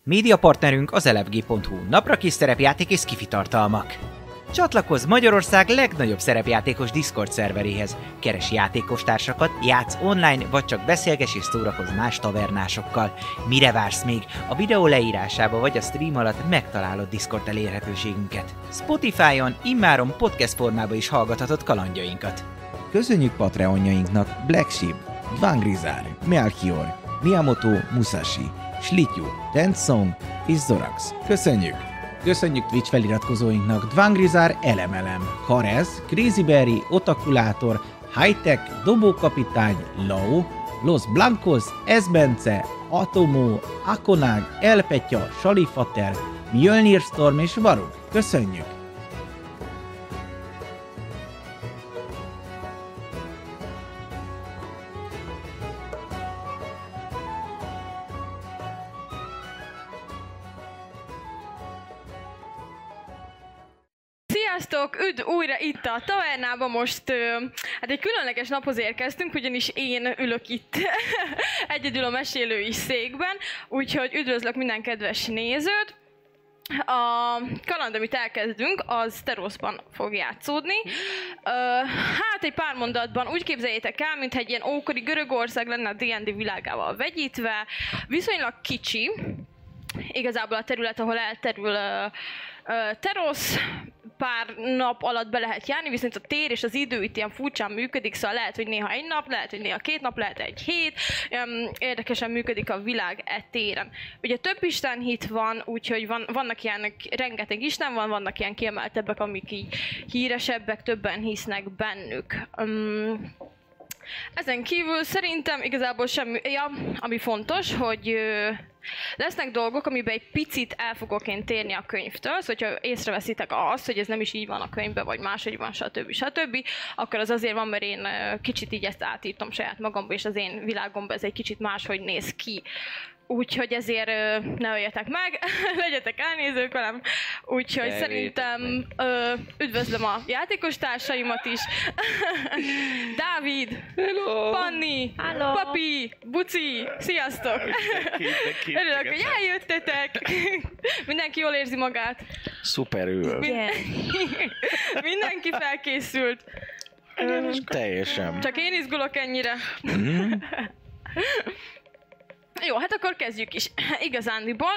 Médiapartnerünk az elefg.hu, napra kis szerepjáték és skifi tartalmak. Csatlakozz Magyarország legnagyobb szerepjátékos Discord szerveréhez. Keres játékostársakat, játsz online, vagy csak beszélges és szórakozz más tavernásokkal. Mire vársz még? A videó leírásába vagy a stream alatt megtalálod Discord elérhetőségünket. Spotify-on immáron podcast formában is hallgathatod kalandjainkat. Köszönjük Patreonjainknak Black Sheep, Dvangrizár, Melchior, Miyamoto Musashi, Slityu, Tensong és Zorax. Köszönjük! Köszönjük Twitch feliratkozóinknak Dvangrizár Elemelem, Karez, Crazyberry, Otakulátor, Hightech, Dobókapitány, Lao, Los Blancos, Esbence, Atomo, Akonag, Elpetya, Salifater, Mjölnir Storm és Varug. Köszönjük! Sziasztok! Üdv újra itt a tavernában. Most hát egy különleges naphoz érkeztünk, ugyanis én ülök itt egyedül a mesélői székben, úgyhogy üdvözlök minden kedves nézőt. A kaland, amit elkezdünk, az Teroszban fog játszódni. Hát egy pár mondatban úgy képzeljétek el, mintha egy ilyen ókori Görögország lenne a D&D világával vegyítve. Viszonylag kicsi, igazából a terület, ahol elterül Terosz, pár nap alatt be lehet járni, viszont a tér és az idő itt ilyen furcsán működik, szóval lehet, hogy néha egy nap, lehet, hogy néha 2 nap, lehet egy hét. Érdekesen működik a világ téren. Ugye több istenhit van, úgyhogy vannak ilyen, rengeteg isten van, vannak ilyen kiemeltebbek, amik így híresebbek, többen hisznek bennük. Ezen kívül szerintem igazából semmi, ami fontos, hogy lesznek dolgok, amiben egy picit el fogok én térni a könyvtől, szóval hogyha észreveszitek azt, hogy ez nem is így van a könyvben, vagy máshogy van, stb., akkor az azért van, mert én kicsit így ezt átírtam saját magamba, és az én világomban ez egy kicsit máshogy néz ki. Úgyhogy ezért ne öljetek meg, legyetek elnézők velem. Úgyhogy szerintem üdvözlöm a játékos társaimat is. Dávid, hello. Panni, hello. Papi, Buci, sziasztok! Örülök, hogy eljöttetek. Mindenki jól érzi magát. Szuperül. Mindenki felkészült. Teljesen. Csak én izgulok ennyire. Jó, hát akkor kezdjük is. Igazándiból.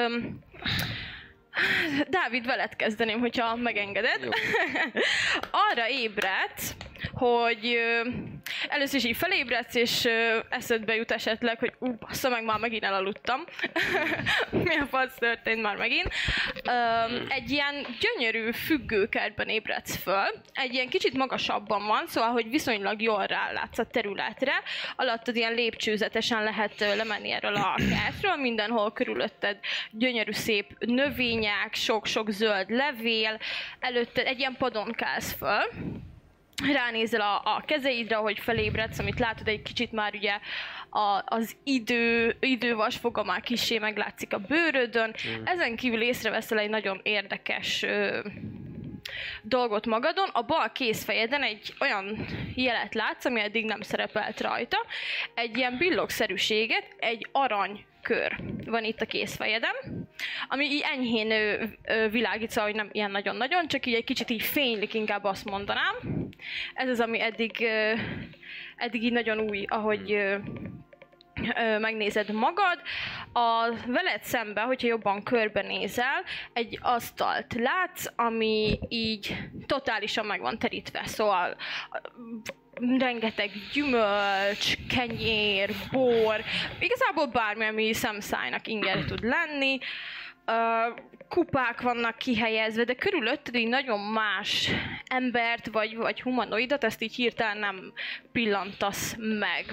Dávid, veled kezdeném, hogyha megengeded. Arra ébredsz, hogy először is így felébredsz, és eszedbe jut esetleg, hogy bassza meg, már megint elaludtam. Mi a fasz történt már megint? Egy ilyen gyönyörű függőkertben ébredsz föl. Egy ilyen kicsit magasabban van, szóval, hogy viszonylag jól rálátsz a területre. Alattad ilyen lépcsőzetesen lehet lemenni erről a kertről. Mindenhol körülötted gyönyörű szép növények, sok-sok zöld levél. Előtted egy ilyen padon kelsz föl. Ránézel a kezeidre, ahogy felébredsz, amit látod, egy kicsit már ugye az idővasfoga már kissé meglátszik a bőrödön. Ezen kívül észreveszel egy nagyon érdekes dolgot magadon. A bal kézfejeden egy olyan jelet látsz, ami eddig nem szerepelt rajta. Egy ilyen billogszerűséget, egy aranykör van itt a kézfejeden, ami így enyhén világít, szóval, hogy nem ilyen nagyon-nagyon, csak így egy kicsit így fénylik, inkább azt mondanám. Ez az, ami eddig így nagyon új, ahogy megnézed magad. Veled szembe, hogyha jobban körbenézel, egy asztalt látsz, ami így totálisan meg van terítve, szóval rengeteg gyümölcs, kenyér, bor, igazából bármi, ami szemszájnak inger tud lenni. Kupák vannak kihelyezve, de körülötted így nagyon más embert vagy humanoidat, ezt így hirtelen nem pillantasz meg.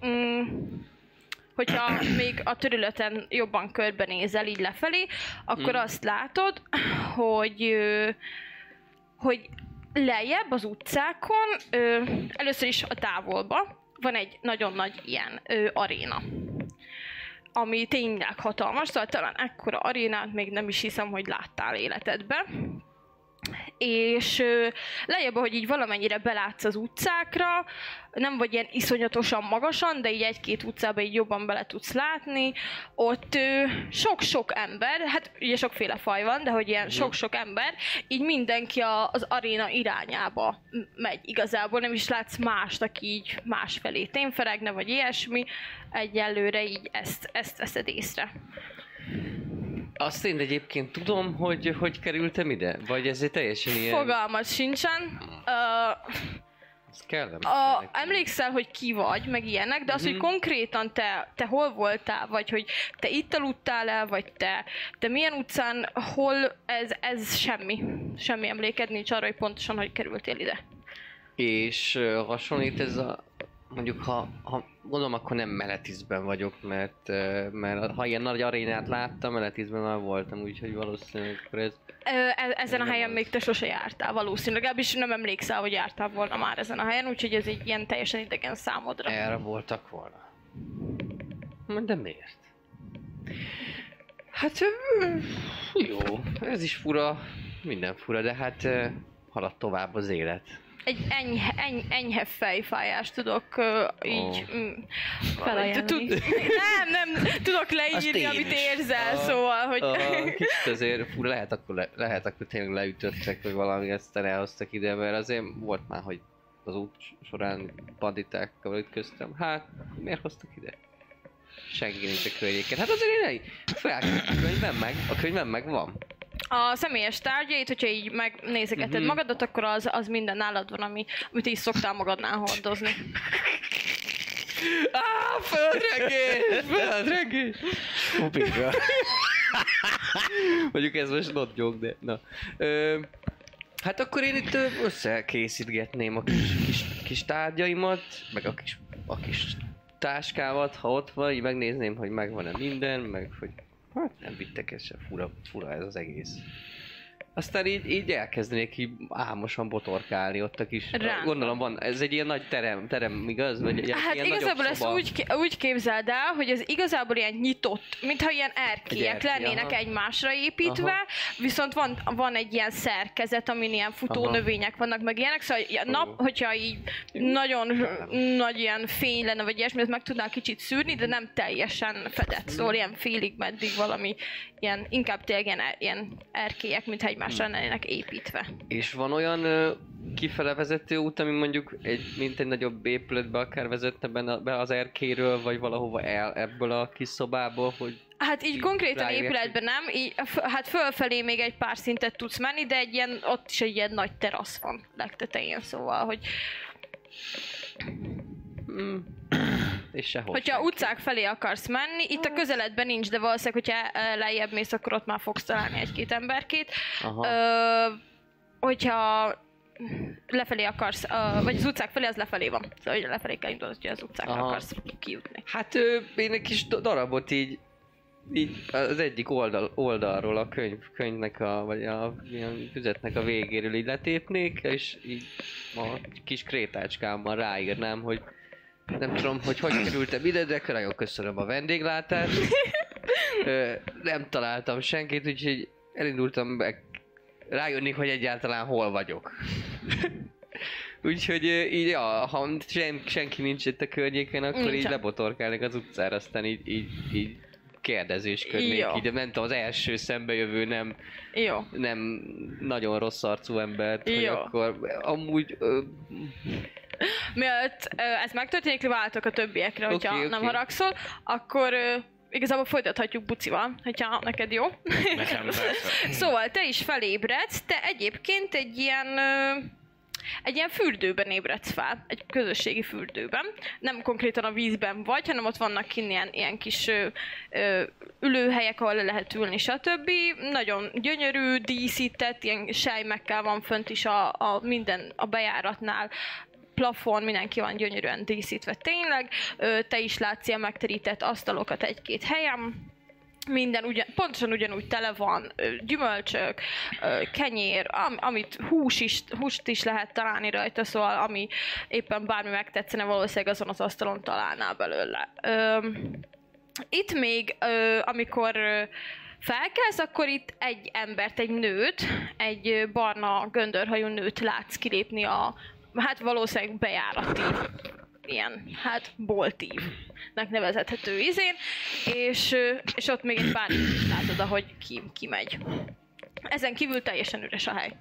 Hogyha még a területen jobban körbenézel így lefelé, akkor azt látod, hogy lejjebb az utcákon, először is a távolba van egy nagyon nagy ilyen aréna, ami tényleg hatalmas, szóval talán ekkora arénát még nem is hiszem, hogy láttál életedben. és lejjebb, hogy így valamennyire belátsz az utcákra, nem vagy ilyen iszonyatosan magasan, de így egy-két utcába így jobban bele tudsz látni. Ott sok-sok ember, hát ugye sokféle faj van, de hogy ilyen sok-sok ember, így mindenki az aréna irányába megy igazából, nem is látsz mást, aki így másfelé tényferegne, vagy ilyesmi. Egyelőre így ezt veszed észre. Azt én egyébként tudom, hogy kerültem ide? Vagy ez egy teljesen ilyen... Fogalmat sincsen. Ez kellene. Emlékszel, hogy ki vagy, meg ilyenek, de az, hogy konkrétan te hol voltál, vagy hogy te itt aludtál el, vagy te milyen utcán, hol, ez semmi emléked nincs arra, hogy pontosan hogy kerültél ide. És hasonlít ez a... Mondjuk, ha gondolom, akkor nem Meletisben vagyok, mert ha ilyen nagy arénát láttam, Meletisben már voltam, úgyhogy valószínűleg akkor ez... Ezen a helyen még te sose jártál valószínűleg, legalábbis nem emlékszel, hogy jártál volna már ezen a helyen, úgyhogy ez egy ilyen teljesen idegen számodra. Erre voltak volna. De miért? Hát jó, ez is fura, minden fura, de hát halad tovább az élet. Egy enyhe fejfájást tudok így felajánlani. Nem, tudok leírni, amit érzel, szóval, hogy... Kicsit azért fura, lehet akkor tényleg leütöttek, vagy valami, aztán elhoztak ide, mert azért volt már, hogy az út során banditákkal ütköztem. Hát, miért hoztak ide? Senki nincs a környéken. Hát azért én a könyvben meg van. A személyes tárgyait, hogyha így megnézegeted magadat, akkor az minden nálad van, amit így szoktál magadnál hordozni. Földrengés! Mondjuk ez most not joke, de na. Hát akkor én itt összekészítgetném a kis tárgyaimat, meg a kis táskámat, ha ott van, így megnézném, hogy megvan-e minden, meg hogy hát nem vittek ez se, fura ez az egész. Aztán így elkezdenék így álmosan botorkálni ott a kis... Gondolom van, ez egy ilyen nagy terem igaz? Vagy hát ilyen igazából ezt úgy képzeld el, hogy ez igazából ilyen nyitott, mintha ilyen erkélyek lennének egymásra építve, viszont van egy ilyen szerkezet, amin ilyen futó növények vannak, meg ilyenek, szóval hogyha így nagyon nagy ilyen fény lenne, vagy ilyesmi, ezt meg tudnál kicsit szűrni, de nem teljesen fedett, szóval ilyen félig meddig valami ilyen, inkább tényleg ilyen erkélyek, mintha egymásra lennének építve. És van olyan kifele vezető út, ami mondjuk mint egy nagyobb épületbe akár vezetne be az erkéről, vagy valahova el ebből a kis szobából, hogy... Hát így konkrétan épületben nem, hát fölfelé még egy pár szintet tudsz menni, de ott is egy ilyen nagy terasz van legtetején, szóval, hogy... És sehol hogyha senki. Utcák felé akarsz menni, itt a közeledben nincs, de valószínűleg, hogyha lejjebb mész, akkor ott már fogsz találni egy-két emberkét. Hogyha lefelé akarsz, vagy az utcák felé, az lefelé van. Szóval, hogy lefelé kell indulni, hogy az utcákra akarsz kijutni. Hát én egy kis darabot így az egyik oldalról a könyvnek vagy a ilyen füzetnek a végéről így letépnék, és így a kis krétácskámmal ráírnám, hogy nem tudom, hogy kerültem ide, de nagyon köszönöm a vendéglátást. Nem találtam senkit, úgyhogy elindultam rájönni, hogy egyáltalán hol vagyok. Úgyhogy így, ha senki nincs itt a környéken, akkor nincs. Így lebotorkálnék az utcára, aztán így kérdezésködnék. Így, nem tudom, az első szembejövő nem nagyon rossz arcú embert, hogy akkor amúgy... Mielőtt ez megtörténik, váltok a többiekre, hogyha nem haragszol, akkor igazából folytathatjuk Bucival, hogyha neked jó. Szóval te is felébredsz, te egyébként egy ilyen fürdőben ébredsz fel, egy közösségi fürdőben. Nem konkrétan a vízben vagy, hanem ott vannak kint ilyen kis ülőhelyek, ahol le lehet ülni, stb. Nagyon gyönyörű, díszített, ilyen sejmekkel van fönt is a bejáratnál. Plafon, mindenki van gyönyörűen díszítve tényleg. Te is látsz ilyen megterített asztalokat egy-két helyen. Minden pontosan ugyanúgy tele van, gyümölcsök, kenyér, amit húst is lehet találni rajta, szóval ami éppen bármi megtetszene, valószínűleg azon az asztalon találnál belőle. Itt még, amikor felkelsz, akkor itt egy embert, egy nőt, egy barna göndörhajú nőt látsz kilépni a, hát valószínűleg bejárati, ilyen, hát boltívnek nevezhető izén, és ott még egy pár is látod, ahogy kimegy. Ezen kívül teljesen üres a hely.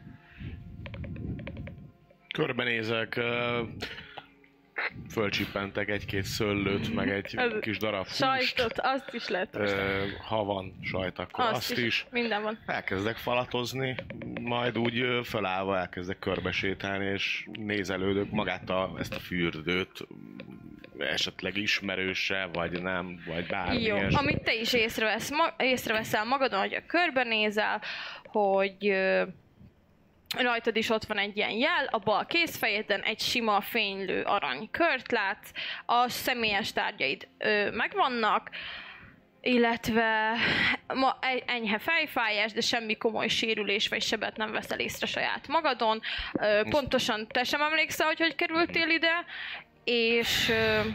Körbenézek, fölcsippentek egy-két szőlőt, meg egy kis darab húst. Sajtot, azt is lehet. Ha van sajt, akkor azt is. Minden van. Elkezdek falatozni, majd úgy fölállva elkezdek körbesétálni, és nézelődök magát ezt a fürdőt, esetleg ismerőse, vagy nem, vagy bármi. Jó, amit te is észreveszel magadon, hogy a körbenézel, hogy rajtad is ott van egy ilyen jel, a bal kézfejeden egy sima fénylő aranykört látsz, a személyes tárgyaid megvannak, illetve enyhe fejfájás, de semmi komoly sérülés vagy sebet nem veszel észre saját magadon. Pontosan te sem emlékszel, hogy kerültél ide, és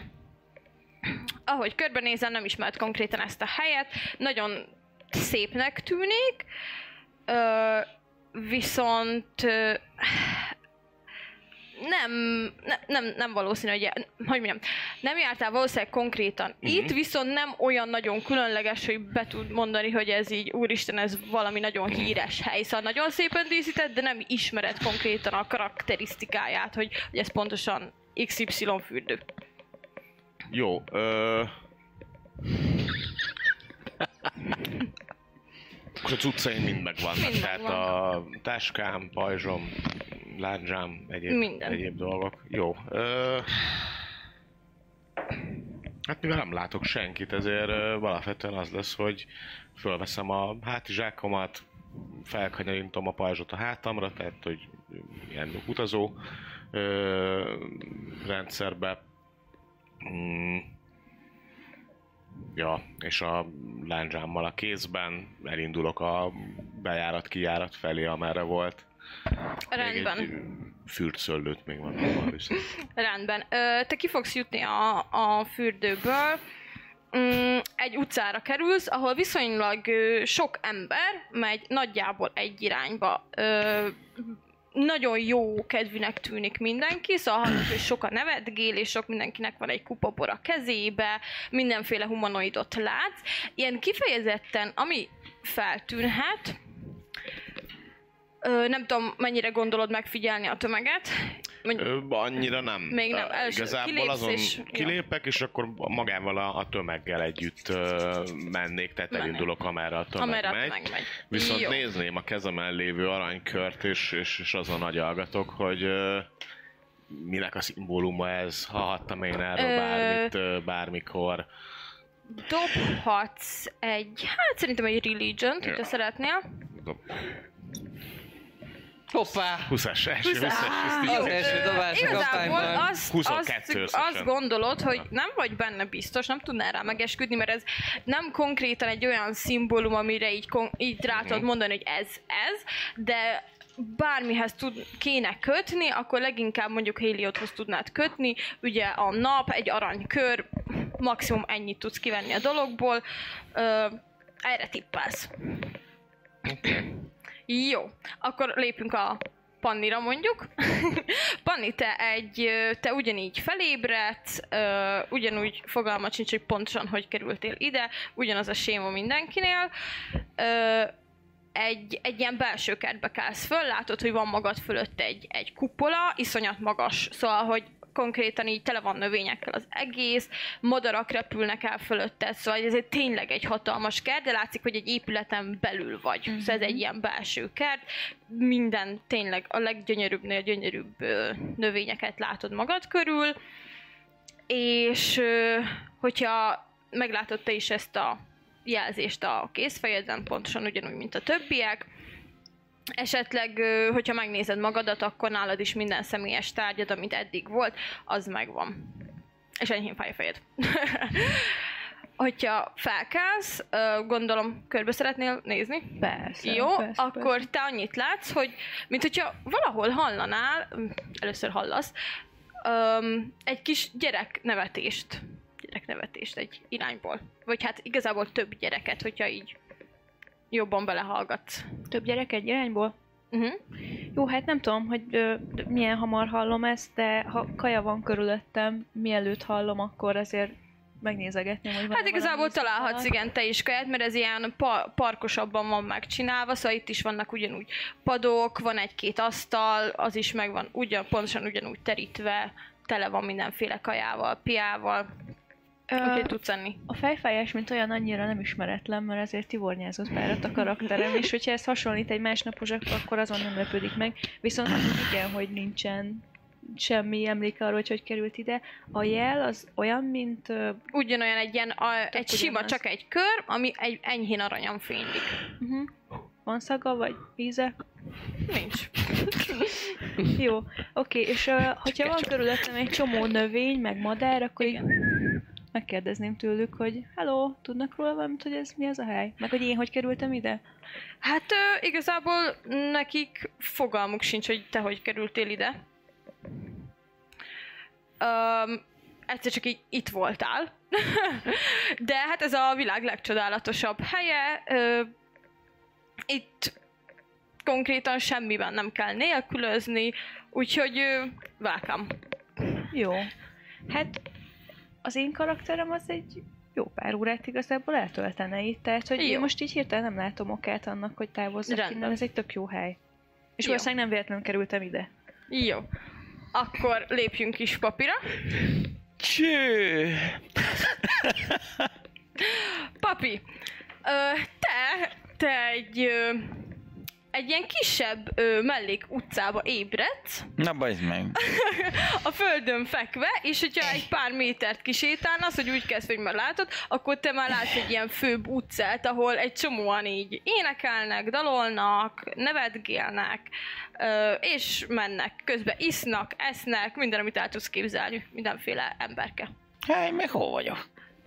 ahogy körbenézel, nem ismert konkrétan ezt a helyet, nagyon szépnek tűnik, viszont nem valószínű, hogy mondjam, nem jártál valószínűleg konkrétan itt, viszont nem olyan nagyon különleges, hogy be tud mondani, hogy ez így, úristen, ez valami nagyon híres hely, szóval nagyon szépen díszített, de nem ismered konkrétan a karakterisztikáját, hogy ez pontosan XY fürdő. Jó, a cuccaim mind megvannak, tehát a táskám, pajzsom, lándzsám, egyéb dolgok. Jó. Hát mivel nem látok senkit, ezért alapvetően az lesz, hogy fölveszem a hátizsákomat, felkanyarítom a pajzsot a hátamra, tehát hogy ilyen utazó rendszerbe. Ja, és a lándzsámmal a kézben elindulok a bejárat-kijárat felé, amerre volt. Rendben. Még egy fürdszöllőt még van hova viszont. Rendben. Te ki fogsz jutni a fürdőből. Egy utcára kerülsz, ahol viszonylag sok ember megy nagyjából egy irányba. Nagyon jó kedvűnek tűnik mindenki, szóval hallod, hogy sok a nevetgélés, sok mindenkinek van egy kupa bor a kezébe, mindenféle humanoidot látsz. Ilyen kifejezetten, ami feltűnhet, nem tudom, mennyire gondolod megfigyelni a tömeget. Annyira nem. Még nem. Igazából azon kilépek, és akkor magával a tömeggel együtt mennék, tehát elindulok, amerre a tömeg megy. Viszont jó. Nézném a kezemen lévő aranykört, és azon agyalgatok, hogy minek a szimbóluma ez, hallhattam én erről bármit, bármikor. Dobhatsz szerintem egy religion-t, hogyha szeretnél. Hoppá! 20-as, első 20-as. Az első dobás a kampányban. Azt gondolod, hogy nem vagy benne biztos, nem tudnál rá megesküdni, mert ez nem konkrétan egy olyan szimbólum, amire így rá tudod mondani, hogy ez, de bármihez kéne kötni, akkor leginkább mondjuk Heliodhoz tudnád kötni, ugye a nap, egy aranykör, maximum ennyit tudsz kivenni a dologból, erre tippelsz. Jó, akkor lépünk a Pannira mondjuk. Panni, te ugyanígy felébredsz, ugyanúgy fogalmat sincs, hogy pontosan hogy kerültél ide, ugyanaz a séma mindenkinél. Egy ilyen belső kertbe kelsz föl, látod, hogy van magad fölött egy kupola, iszonyat magas, szóval, hogy konkrétan így tele van növényekkel az egész, madarak repülnek el fölötted, szóval ez tényleg egy hatalmas kert, de látszik, hogy egy épületen belül vagy. Szóval ez egy ilyen belső kert, minden tényleg a leggyönyörűbbnél gyönyörűbb növényeket látod magad körül, és hogyha meglátod te is ezt a jelzést a kézfejeden, pontosan ugyanúgy, mint a többiek, esetleg, hogyha megnézed magadat, akkor nálad is minden személyes tárgyad, amit eddig volt, az megvan. És enyhén fáj a fejed. Hogyha felkelsz, gondolom, körbe szeretnél nézni? Persze. Jó, persze, akkor persze. te annyit látsz, hogy mint hogyha valahol hallanál, először hallasz, egy kis gyereknevetést egy irányból. Vagy hát igazából több gyereket, hogyha így jobban belehallgatsz. Több gyerek egy irányból? Uh-huh. Jó, hát nem tudom, hogy milyen hamar hallom ezt, de ha kaja van körülöttem, mielőtt hallom, akkor azért megnézegetném, hogy van. Hát igazából találhatsz igen te is kaját, mert ez ilyen parkosabban van megcsinálva, szóval itt is vannak ugyanúgy padok, van egy-két asztal, az is megvan pontosan ugyanúgy terítve, tele van mindenféle kajával, piával. Úgyhogy tudsz enni. A fejfájás, mint olyan annyira nem ismeretlen, mert azért tivornyázott párat a karakterem, és hogyha ez hasonlít egy másnapos, akkor azon nem lepődik meg. Viszont igen, hogy nincsen semmi emléke arról, hogy került ide. A jel az olyan, mint... Ugyanolyan egy sima, csak egy kör, ami egy enyhén aranyan fénylik. Uh-huh. Van szaga, vagy íze? Nincs. Jó, oké, és hogyha van körülöttem egy csomó növény, meg madár, akkor így megkérdezném tőlük, hogy hello, tudnak róla valamit, hogy mi ez a hely? Meg hogy én hogy kerültem ide? Hát igazából nekik fogalmuk sincs, hogy te hogy kerültél ide. Egyszer csak így itt voltál. De hát ez a világ legcsodálatosabb helye. Itt konkrétan semmiben nem kell nélkülözni, úgyhogy welcome. Jó. Hát az én karakterem az egy jó pár órát igazából eltöltene itt, tehát hogy én most így hirtelen nem látom okát annak, hogy távozzak innen, ez egy tök jó hely. És valószínűleg nem véletlenül kerültem ide. Jó. Akkor lépjünk is papira. Cső! Papi, te egy ilyen kisebb mellék utcába ébredsz. Na bajsz meg. A földön fekve, és hogyha egy pár métert kisétálnasz, hogy úgy kezd, hogy már látod, akkor te már látsz egy ilyen főbb utcát, ahol egy csomóan így énekelnek, dalolnak, nevetgélnek, és mennek. Közben isznak, esznek, minden, amit el tudsz képzelni, mindenféle emberke. Hát, meg hol vagyok?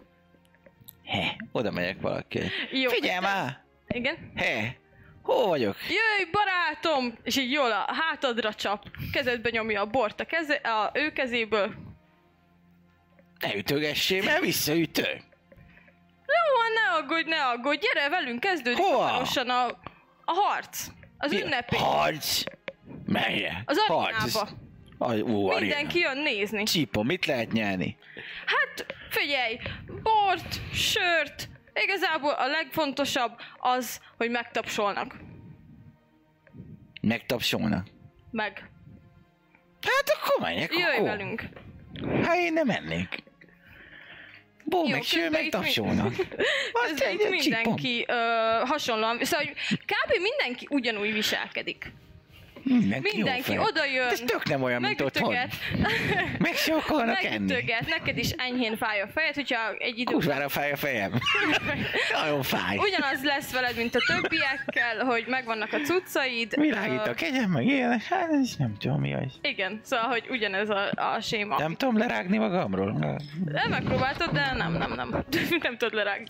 Oda megyek valaki. Jó, figyelj már! Igen? Hol vagyok? Jöjj, barátom! És így jól a hátadra csap, kezedbe nyomja a bort a ő kezéből. Ne ütögessél, mert visszaütök. Jó, ne aggódj, gyere velünk, kezdődik hamarosan a harc. Az ünnepé. Harc? Merje? Az arénába. Mindenki jön nézni. Csípom, mit lehet nyerni? Hát figyelj, bort, sört, igazából a legfontosabb az, hogy megtapsolnak. Megtapsolnak? Meg. Hát akkor menjek. Jöjj velünk. Hát én nem mennék. Meg sör, megtapsolnak. Itt mindenki hasonlóan, szóval kb. Mindenki ugyanúgy viselkedik. Mindenki oda jön. Ez tök nem olyan, mint otthon. Meg se akarnak enni. Neked is enyhén fáj a fejed, hogyha egy idő... Kurvára fáj a fejem. Nagyon fáj. Ugyanaz lesz veled, mint a többiekkel, hogy megvannak a cuccaid. Világít a kegyem, meg ilyen, hát ez nem tudom mi az. Igen, szóval, hogy ugyanez a séma. Nem tudom lerágni magamról. Megpróbáltod, de nem. Nem tudod lerágni.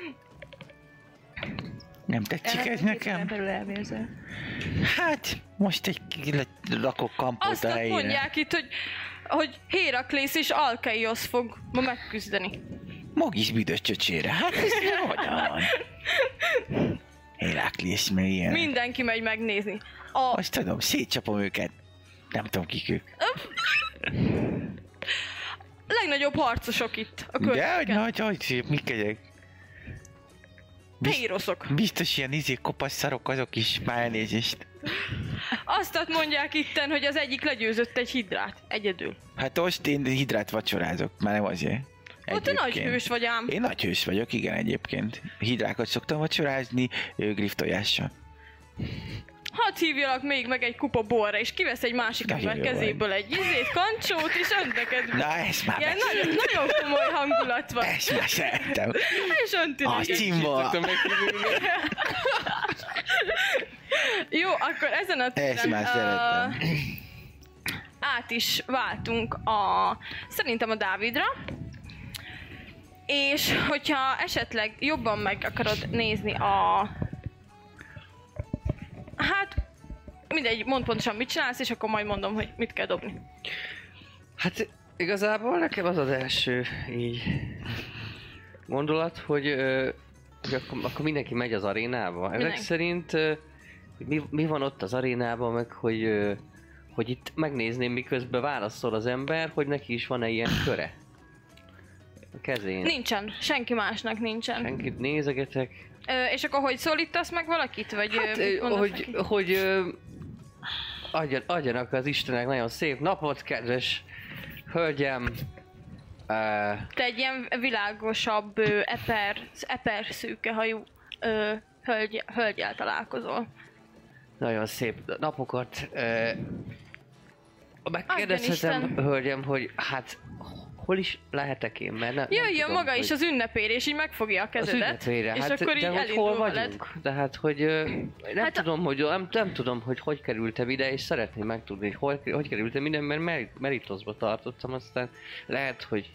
Nem tetszik ez nekem? Hát, most egy rakok kampót a helyére. Azt mondják itt, hogy Héraklész és Alkeiosz fog ma megküzdeni. Mag is büdös csöcsére. Hát ez hogyan? Héraklész, meg ilyen. Mindenki megy megnézni. Azt tudom, szétcsapom őket. Nem tudom kik ők. Legnagyobb harcosok itt a környéken. De hogy szép, mik egyek? Héroszok. Biztos ilyen kopasz szarok azok is, már elnézést. Azt mondják itten, hogy az egyik legyőzött egy hidrát, egyedül. Hát most én hidrát vacsorázok, már nem azért. Te nagy hős vagy ám. Én nagy hős vagyok, igen egyébként. Hidrákat szoktam vacsorázni, griff tojással. Hadd hívjalak még meg egy kupa borra, és kivesz egy másik ember kezéből egy kancsót, és önt neked. Na, ezt már nagyon komoly hangulat van. Ezt már szerettem. És önti a cimba. Jó, akkor ezen a téren... Ezt már szerettem. Át is váltunk szerintem a Dávidra. És hogyha esetleg jobban meg akarod nézni hát, mindegy, mondd pontosan mit csinálsz, és akkor majd mondom, hogy mit kell dobni. Hát igazából nekem az az első így gondolat, hogy akkor mindenki megy az arénába. Ezek szerint mi van ott az arénában, meg hogy itt megnézném, miközben válaszol az ember, hogy neki is van-e ilyen köre? A kezén. Nincsen. Senki másnak nincsen. Senkit nézegetek. És akkor hogy szólítasz meg valakit? Vagy hogy adjanak az Istenek nagyon szép napot, kedves hölgyem. Te egy ilyen világosabb, eper szőkehajú hölgyel találkozol. Nagyon szép napokat. Megkérdezhetem, hölgyem, hogy hát hol is lehetek én, mert jöjjön maga is az ünnepére, és így megfogja a kezedet, és hát, akkor így elindul veled. De hát, hogy nem tudom, hogy kerültem ide, és szeretném megtudni, hogy kerültem ide, mert Meritosba tartottam, aztán lehet, hogy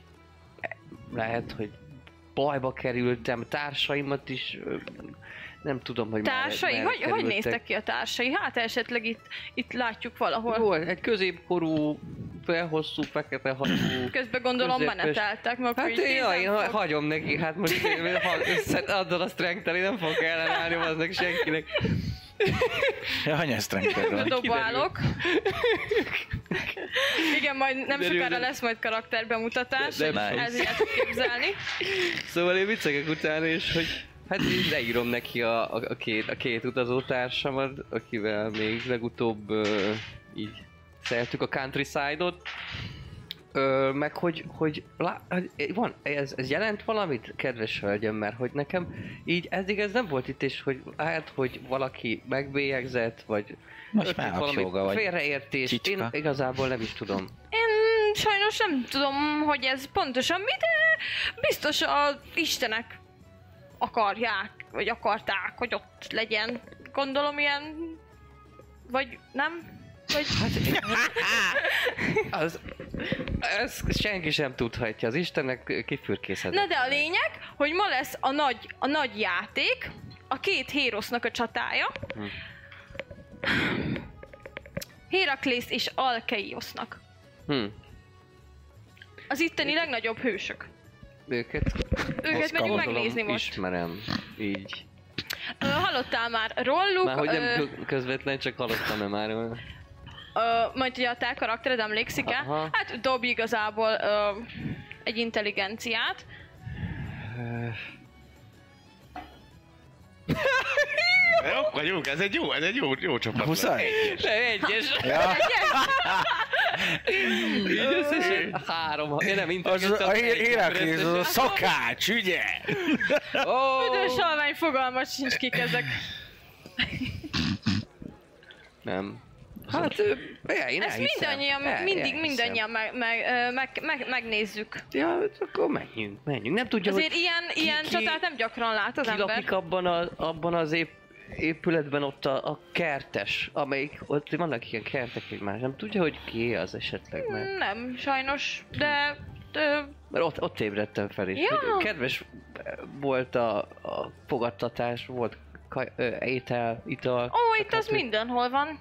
bajba kerültem, társaimat is, nem tudom, hogy társai? Hogy néztek ki a társai? Hát esetleg itt látjuk valahol. Volt egy középkorú, felhosszú, fekete hajú. Közben gondolom meneteltek meg. Hát én hagyom neki, hát most addal a strength-tel én nem fogok ellenállni aznak senkinek. Ja, hanya strength-tel. Dobálok. Igen, majd nem sokára lesz majd karakterbemutatás, ez ilyet képzelni. Szóval én viccegek utána, és hogy hát így leírom neki a két utazótársamat, akivel még legutóbb így szerettük a countryside-ot. Meg hogy van, ez jelent valamit, kedves hölgyem, mert hogy nekem így eddig ez nem volt itt, és hogy lehet, hogy valaki megbélyegzett, vagy most már valami félreértés, csicska. Én igazából nem is tudom. Én sajnos nem tudom, hogy ez pontosan mi, de biztos az istenek akarják, vagy akarták, hogy ott legyen. Gondolom ilyen, vagy nem? Vagy... Hát, ezt senki sem tudhatja, az Istennek kifürkészhet. Na de a lényeg, hogy ma lesz a nagy játék, a két Hérosznak a csatája. Héraklész és Alkeiosznak. Az itteni legnagyobb hősök. Őket megyünk megnézni most. Ismerem, így. Hallottál már róluk? Már hogy nem közvetlen, csak hallottam-e már. Majd ugye a te karaktered emlékszik-e? Hát dobj igazából egy intelligenciát. Jó vagyunk, ez egy jó csapat. 21. Egyes. Ja. Így összesen 3. Én nem intelligencia. A Héraklész az a szakács, ugye? Üdös halvány, fogalmat sincs kik ezek. Nem. Hát, én ezt mindannyian megnézzük. Ja, akkor menjünk. Nem tudja, azért ilyen csatát nem gyakran lát az ember. Ki lakik abban az épületben ott a kertes, amelyik, ott vannak ilyen kertek egymás. Nem tudja, hogy ki az esetleg, mert... Nem, sajnos, de... Mert ott ébredtem fel is. Ja. Kedves volt a fogadtatás, volt étel, ital. Ó, itt az mindenhol van.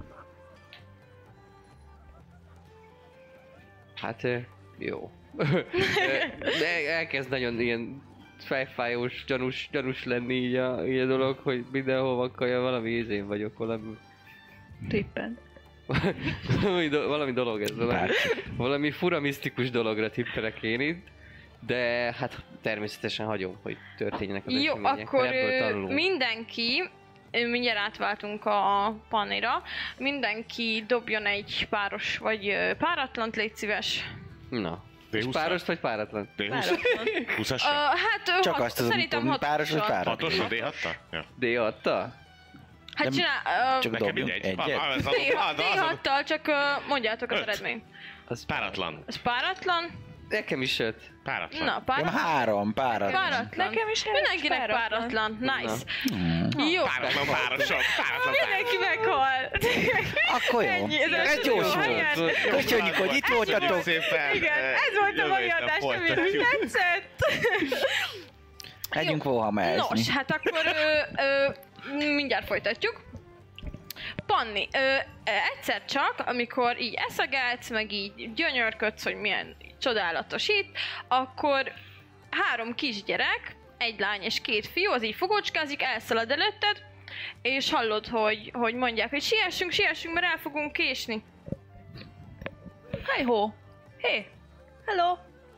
Hát, jó. De elkezd nagyon ilyen fejfájós, gyanús lenni így a dolog, hogy mindenhol van kaja, valami én vagyok, valami... Tippen. valami dolog ez, valami fura misztikus dologra tippelek én itt, de hát természetesen hagyom, hogy történjenek az események. Jó, akkor mindenki, mindjárt átváltunk a panira, mindenki dobjon egy páros vagy páratlant, légy szíves. Na. És páros vagy páratlan? D20? 20-as? Hát csak azt szerintem 6-os. Páros vagy páratlan? 6-os a D6-ta? Ja. D6-ta? Hát csinál... Csak dobjunk egyet. D6-tal, csak mondjátok az eredményt. Az páratlan. Ez páratlan? Nekem is 5. Páratlan. Na, páratlan. 3, páratlan. Páratlan. Nekem is mindenkinek páratlan. Nice. Jó. Páratlan, párosabb. Mindenki meghalt. Akkor jó. Ez gyors volt. Köszönjük, hogy itt voltatok. Igen, ez volt a mai adás, amire tetszett. Megyünk Warhammerezni. Nos, hát akkor mindjárt folytatjuk. Panni, egyszer csak, amikor így eszegelsz, meg így gyönyörködsz, hogy milyen csodálatos itt, akkor 3 kisgyerek egy lány és 2 fiú, az így fogócskázik, elszalad előtted, és hallod, hogy mondják, hogy siessünk, mert el fogunk késni. Hi-ho! Hé! Hello!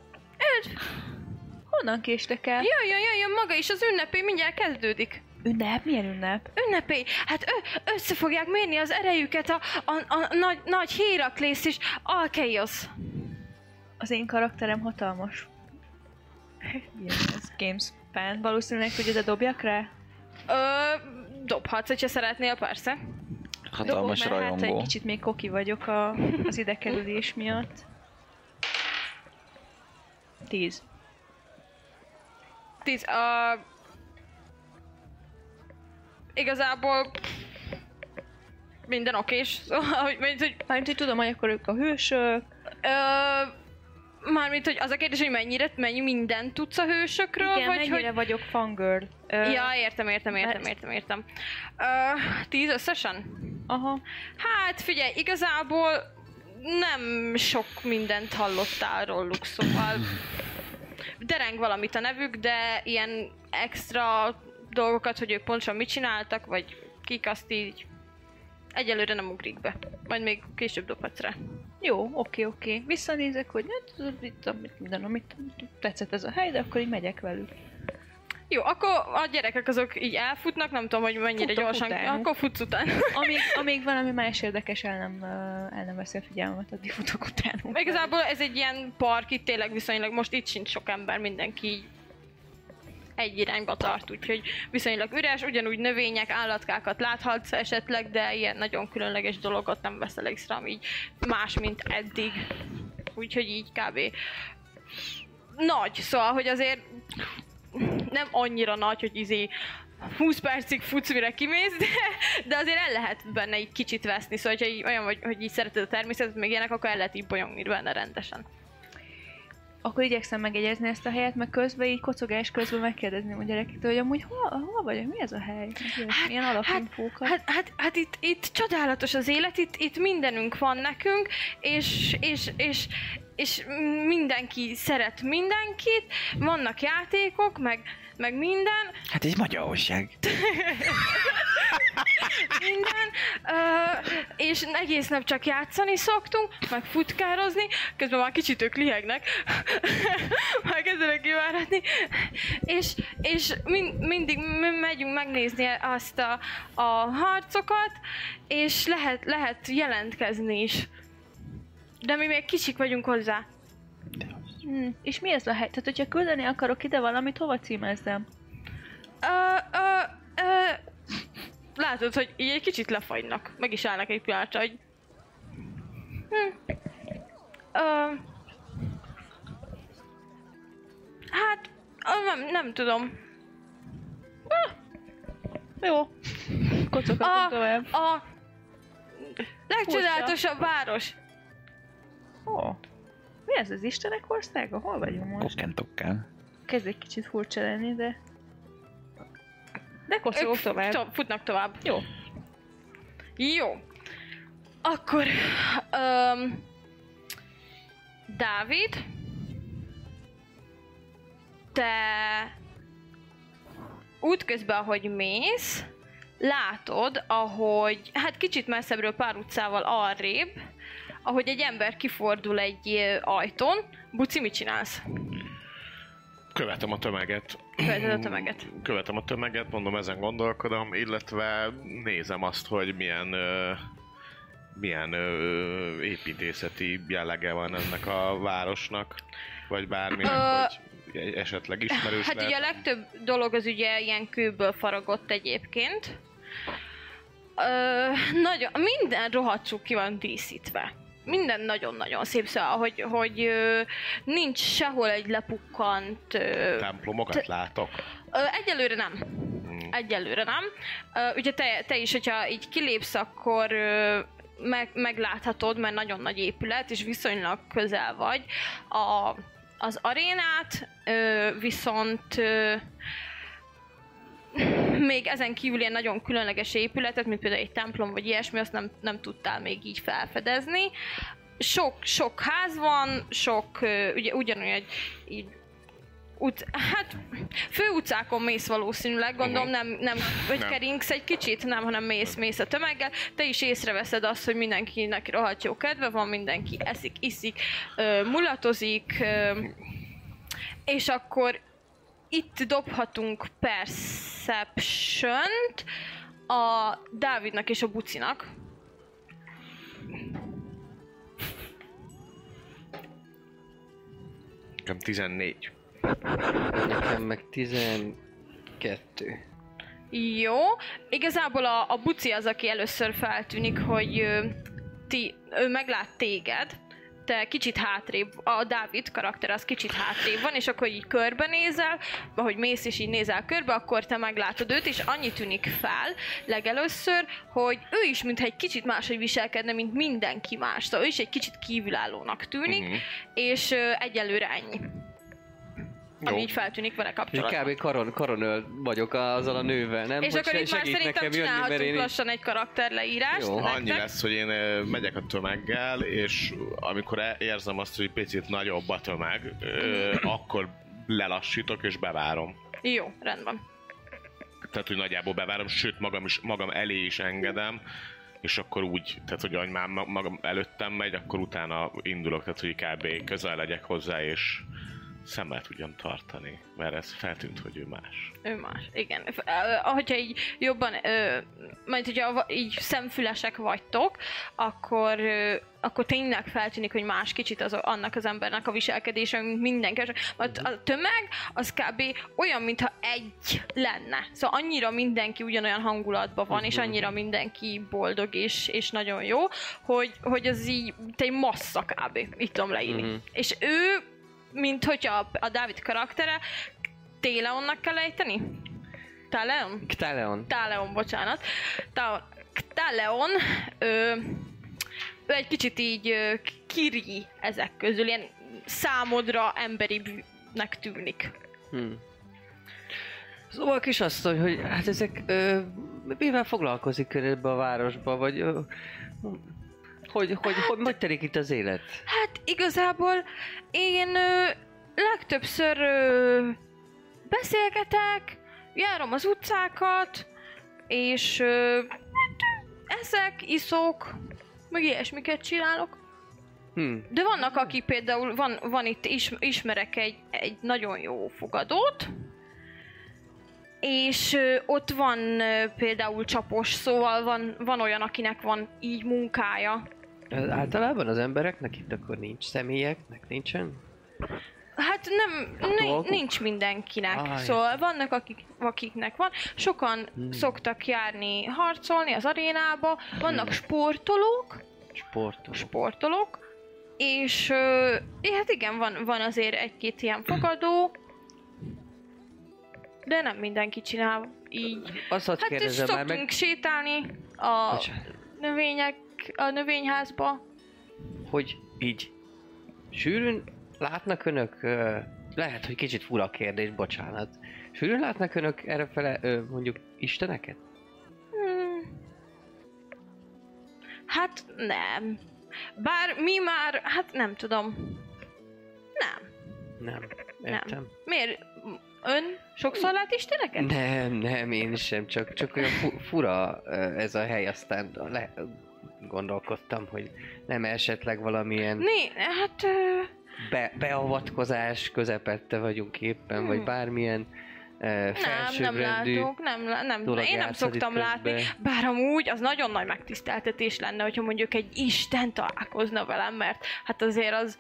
Honnan késtek el? Jöjjön, maga is, az ünnepé mindjárt kezdődik. Ünnep? Milyen ünnep? Ünnepé! Hát össze fogják mérni az erejüket a nagy Héraklész és Alkeios. Az én karakterem hatalmas. Ilyen ez Games fan. Valószínűleg tudod, dobjak rá? Dobhatsz, hogyha szeretnél, persze. Hatalmas Dobok, mert rajongó. Hát egy kicsit még koki vagyok az idekerülés miatt. 10. 10. Igazából minden okés, szóval, hogy Mármint, hogy tudom, hogy akkor ők a hősök. mármint, hogy az a kérdés, hogy mennyi mindent tudsz a hősökről, Igen, vagy mennyire hogy... vagyok fangirl. Ja, értem. 10 összesen? Aha. Hát figyelj, igazából nem sok mindent hallottál róluk, szóval dereng valamit a nevük, de ilyen extra dolgokat, hogy ők pontosan mit csináltak, vagy kik, azt így egyelőre nem ugrik be. Majd még később dobhatsz rá. Jó, oké. Visszanézek, hogy amit tetszett ez a hely, de akkor így megyek velük. Jó, akkor a gyerekek azok így elfutnak, nem tudom, hogy mennyire Futok gyorsan, utánuk. akkor futsz után. Amíg valami más érdekes el nem veszi a figyelmemet, addig futok utána. Igazából ez egy ilyen park, itt tényleg viszonylag most itt sincs sok ember, mindenki így egy irányba tart, úgyhogy viszonylag üres, ugyanúgy növények, állatkákat láthatsz esetleg, de ilyen nagyon különleges dologot nem veszel extra, ami így más, mint eddig. Úgyhogy így kb. Nagy, szóval, hogy azért nem annyira nagy, hogy 20 percig futsz, mire kimész, de azért el lehet benne egy kicsit veszni, szóval, hogyha így olyan vagy, hogy így szereted a természetet, meg ilyenek, akkor el lehet így bolyongni benne rendesen. Akkor igyekszem megjegyezni ezt a helyet, meg közben így kocogás közben megkérdezném a gyerekektől, hogy amúgy hol vagyok, mi ez a hely? Milyen alapinfókat? Hát itt csodálatos az élet, itt mindenünk van nekünk, és mindenki szeret mindenkit, vannak játékok, meg minden. Hát ez Magyarország. Minden, és egész nap csak játszani szoktunk, meg futkározni, közben már kicsit ők lihegnek, már kezdenek kiváratni, és mindig megyünk megnézni azt a harcokat, és lehet jelentkezni is. De mi még kicsik vagyunk hozzá. És mi ez a hely? Tehát, hogyha küldeni akarok ide valamit, hova címezzem? Látod, hogy így egy kicsit lefagynak. Meg is állnak egy pillanatra, hogy... Hát... Nem tudom. Jó. Kocogatok tovább. A legcsodálatosabb város. Mi ez az Istenek országa? Hol vagyunk most? Kokkentokkel. Kezd egy kicsit furcsa lenni, de... De koszolok tovább. Futnak tovább. Jó. Jó. Akkor... Dávid... Te... Útközben, ahogy mész, látod, ahogy... Hát kicsit messzebbről pár utcával arrébb, ahogy egy ember kifordul egy ajtón. Buci, mit csinálsz? Követem a tömeget. Követem a tömeget, mondom, ezen gondolkodom, illetve nézem azt, hogy milyen építészeti jellege van ennek a városnak, vagy bárminek, hogy esetleg ismerős hát lehet. ugye a legtöbb dolog az ugye ilyen kőből faragott egyébként. Nagyon, minden rohadtul ki van díszítve. Minden nagyon-nagyon szép, szóval, hogy nincs sehol egy lepukkant... Templomokat látok? Egyelőre nem. Egyelőre nem. Ugye te is, hogyha így kilépsz, akkor megláthatod, mert nagyon nagy épület, és viszonylag közel vagy. Az arénát viszont... még ezen kívül ilyen nagyon különleges épületet, mint például egy templom vagy ilyesmi, azt nem tudtál még így felfedezni. Sok ház van, sok, ugye ugyanúgy így Hát fő utcákon mész valószínűleg, gondolom nem vagy keringsz egy kicsit, nem, hanem mész a tömeggel. Te is észreveszed azt, hogy mindenkinek rohadt jó kedve van, mindenki eszik, iszik, mulatozik, és akkor itt dobhatunk Perception-t a Dávidnak és a Bucinak. Nekem 14. Nekem meg 12. Jó. Igazából a Buci az, aki először feltűnik, hogy ő meglát téged, te kicsit hátrébb, a Dávid karakter az kicsit hátrébb van, és akkor így körbenézel, ahogy mész és így nézel körbe, akkor te meglátod őt, és annyi tűnik fel legelőször, hogy ő is mintha egy kicsit máshogy viselkedne, mint mindenki más. Szóval ő is egy kicsit kívülállónak tűnik, és egyelőre ennyi. Ami így feltűnik vele kapcsolatban. Kb. karon vagyok azzal a nővel, nem? És hogy akkor itt már szerintem csinálhatunk lassan egy karakterleírást. Jó, annyi lesz, hogy én megyek a tömeggel, és amikor érzem azt, hogy picit nagyobb a tömeg, akkor lelassítok és bevárom. Jó, rendben. Tehát, hogy nagyjából bevárom, sőt magam elé is engedem, és akkor úgy, tehát hogy már magam előttem megy, akkor utána indulok, tehát hogy kb. Közel legyek hozzá, és szemmel tudjam tartani, mert ez feltűnt, hogy ő más. Ő más, igen. Ahogyha így jobban, majd hogyha így szemfülesek vagytok, akkor tényleg feltűnik, hogy más kicsit annak az embernek a viselkedése, mint mindenki. A tömeg az kb. Olyan, mintha egy lenne. Szóval annyira mindenki ugyanolyan hangulatban van, és annyira mindenki boldog és nagyon jó, hogy az így egy massza kb. Itt tudom leírni. És ő, mint hogyha a Dávid karaktere, Téleonnak kell ejteni? Táleon, bocsánat. Táleon, ő egy kicsit így kiri ezek közül, ilyen számodra emberibbnek tűnik. Szóval kisasszony, hogy hát ezek mivel foglalkozik ebbe a városba, vagy hogy telik itt az élet? Hát igazából én legtöbbször beszélgetek, járom az utcákat, és eszek, iszok, meg ilyesmiket csinálok. De vannak, akik például, van itt, ismerek egy nagyon jó fogadót, és ott van például csapos, szóval van olyan, akinek van így munkája. Általában az embereknek itt akkor nincs személyeknek, nincsen? Hát nincs mindenkinek, szóval vannak akiknek van. Sokan szoktak járni harcolni az arénába, vannak sportolók, és hát igen, van azért egy-két ilyen fogadó, de nem mindenki csinál így. Hát is szoktunk sétálni a növényházba. Hogy így sűrűn látnak önök, lehet, hogy kicsit fura kérdés, bocsánat. Sűrűn látnak önök errefele mondjuk isteneket? Hát nem. Bár mi már, hát nem tudom. Nem, értem. Nem. Miért? Ön sokszor lát isteneket? Nem, én sem, csak olyan fura ez a hely, aztán gondolkodtam, hogy nem esetleg valamilyen beavatkozás közepette vagyunk éppen, vagy bármilyen felsőbbrendű nem, én nem szoktam látni, bár amúgy az nagyon nagy megtiszteltetés lenne, hogyha mondjuk egy isten találkozna velem, mert hát azért az...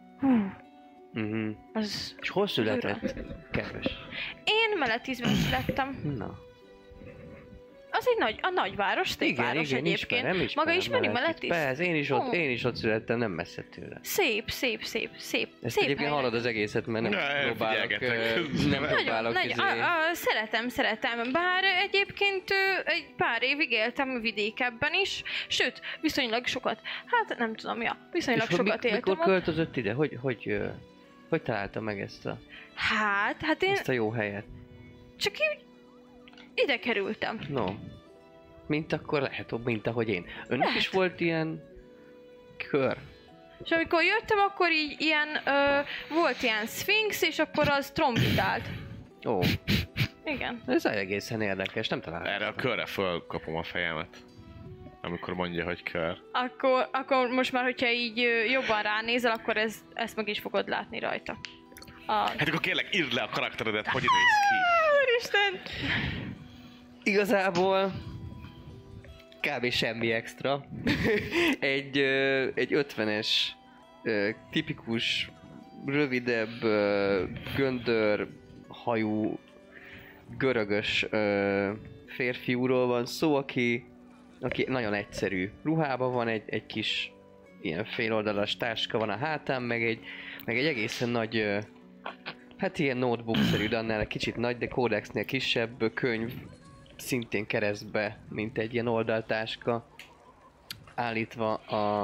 az és hol született, kedves? Én Meletízben születtem. Na. Az egy nagyváros, szép város egyébként. Ismerem, maga ismeri Meletíz? Persze, én is ott születtem, nem messze tőle. Szép. Ezt egyébként hallod az egészet, mert nem próbálok Szeretem, bár egyébként egy pár évig éltem vidékebben is, sőt, viszonylag sokat, hát nem tudom, viszonylag sokat éltem. Mikor költözött ide? Hogy találta meg ezt a jó helyet? Csak így ide kerültem. No. Mint akkor lehet, mint ahogy én. Önnek is volt ilyen kör? És amikor jöttem, akkor így ilyen, volt ilyen szfinx, és akkor az trombitált. Ó. Igen. Ez egészen érdekes, nem találom. Erre a körre fölkapom a fejemet. Amikor mondja, hogy kör. Akkor most már, hogyha így jobban ránézel, akkor ezt meg is fogod látni rajta. Hát akkor kérlek, írd le a karakteredet, hogy néz ki. Úristen! Igazából kb. Semmi extra. egy 50-es tipikus, rövidebb, göndör hajú, görögös férfiúról van szó, aki nagyon egyszerű ruhában van, egy kis ilyen féloldalas táska van a hátán, meg egy egészen nagy, hát ilyen notebook-szerű, de annál egy kicsit nagy, de kódexnél kisebb könyv, szintén keresztbe, mint egy ilyen oldaltáska, állítva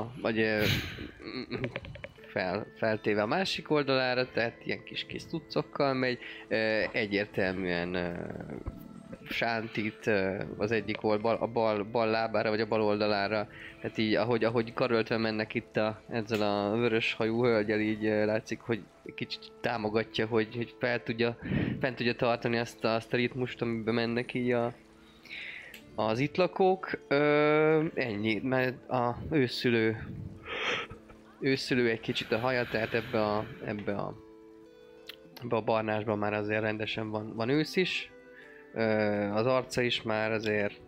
feltéve a másik oldalára, tehát ilyen kis cuccokkal megy, egyértelműen sántít az egyik a bal lábára, vagy a bal oldalára, tehát így ahogy karöltve mennek itt ezzel a vörös hajú hölgyel, így látszik, hogy kicsit támogatja, hogy fent tudja tartani azt a ritmust, amiben mennek így az itt lakók. Ennyi, mert őszülő egy kicsit a haja, tehát ebbe a barnásban már azért rendesen van ősz is. Az arca is már azért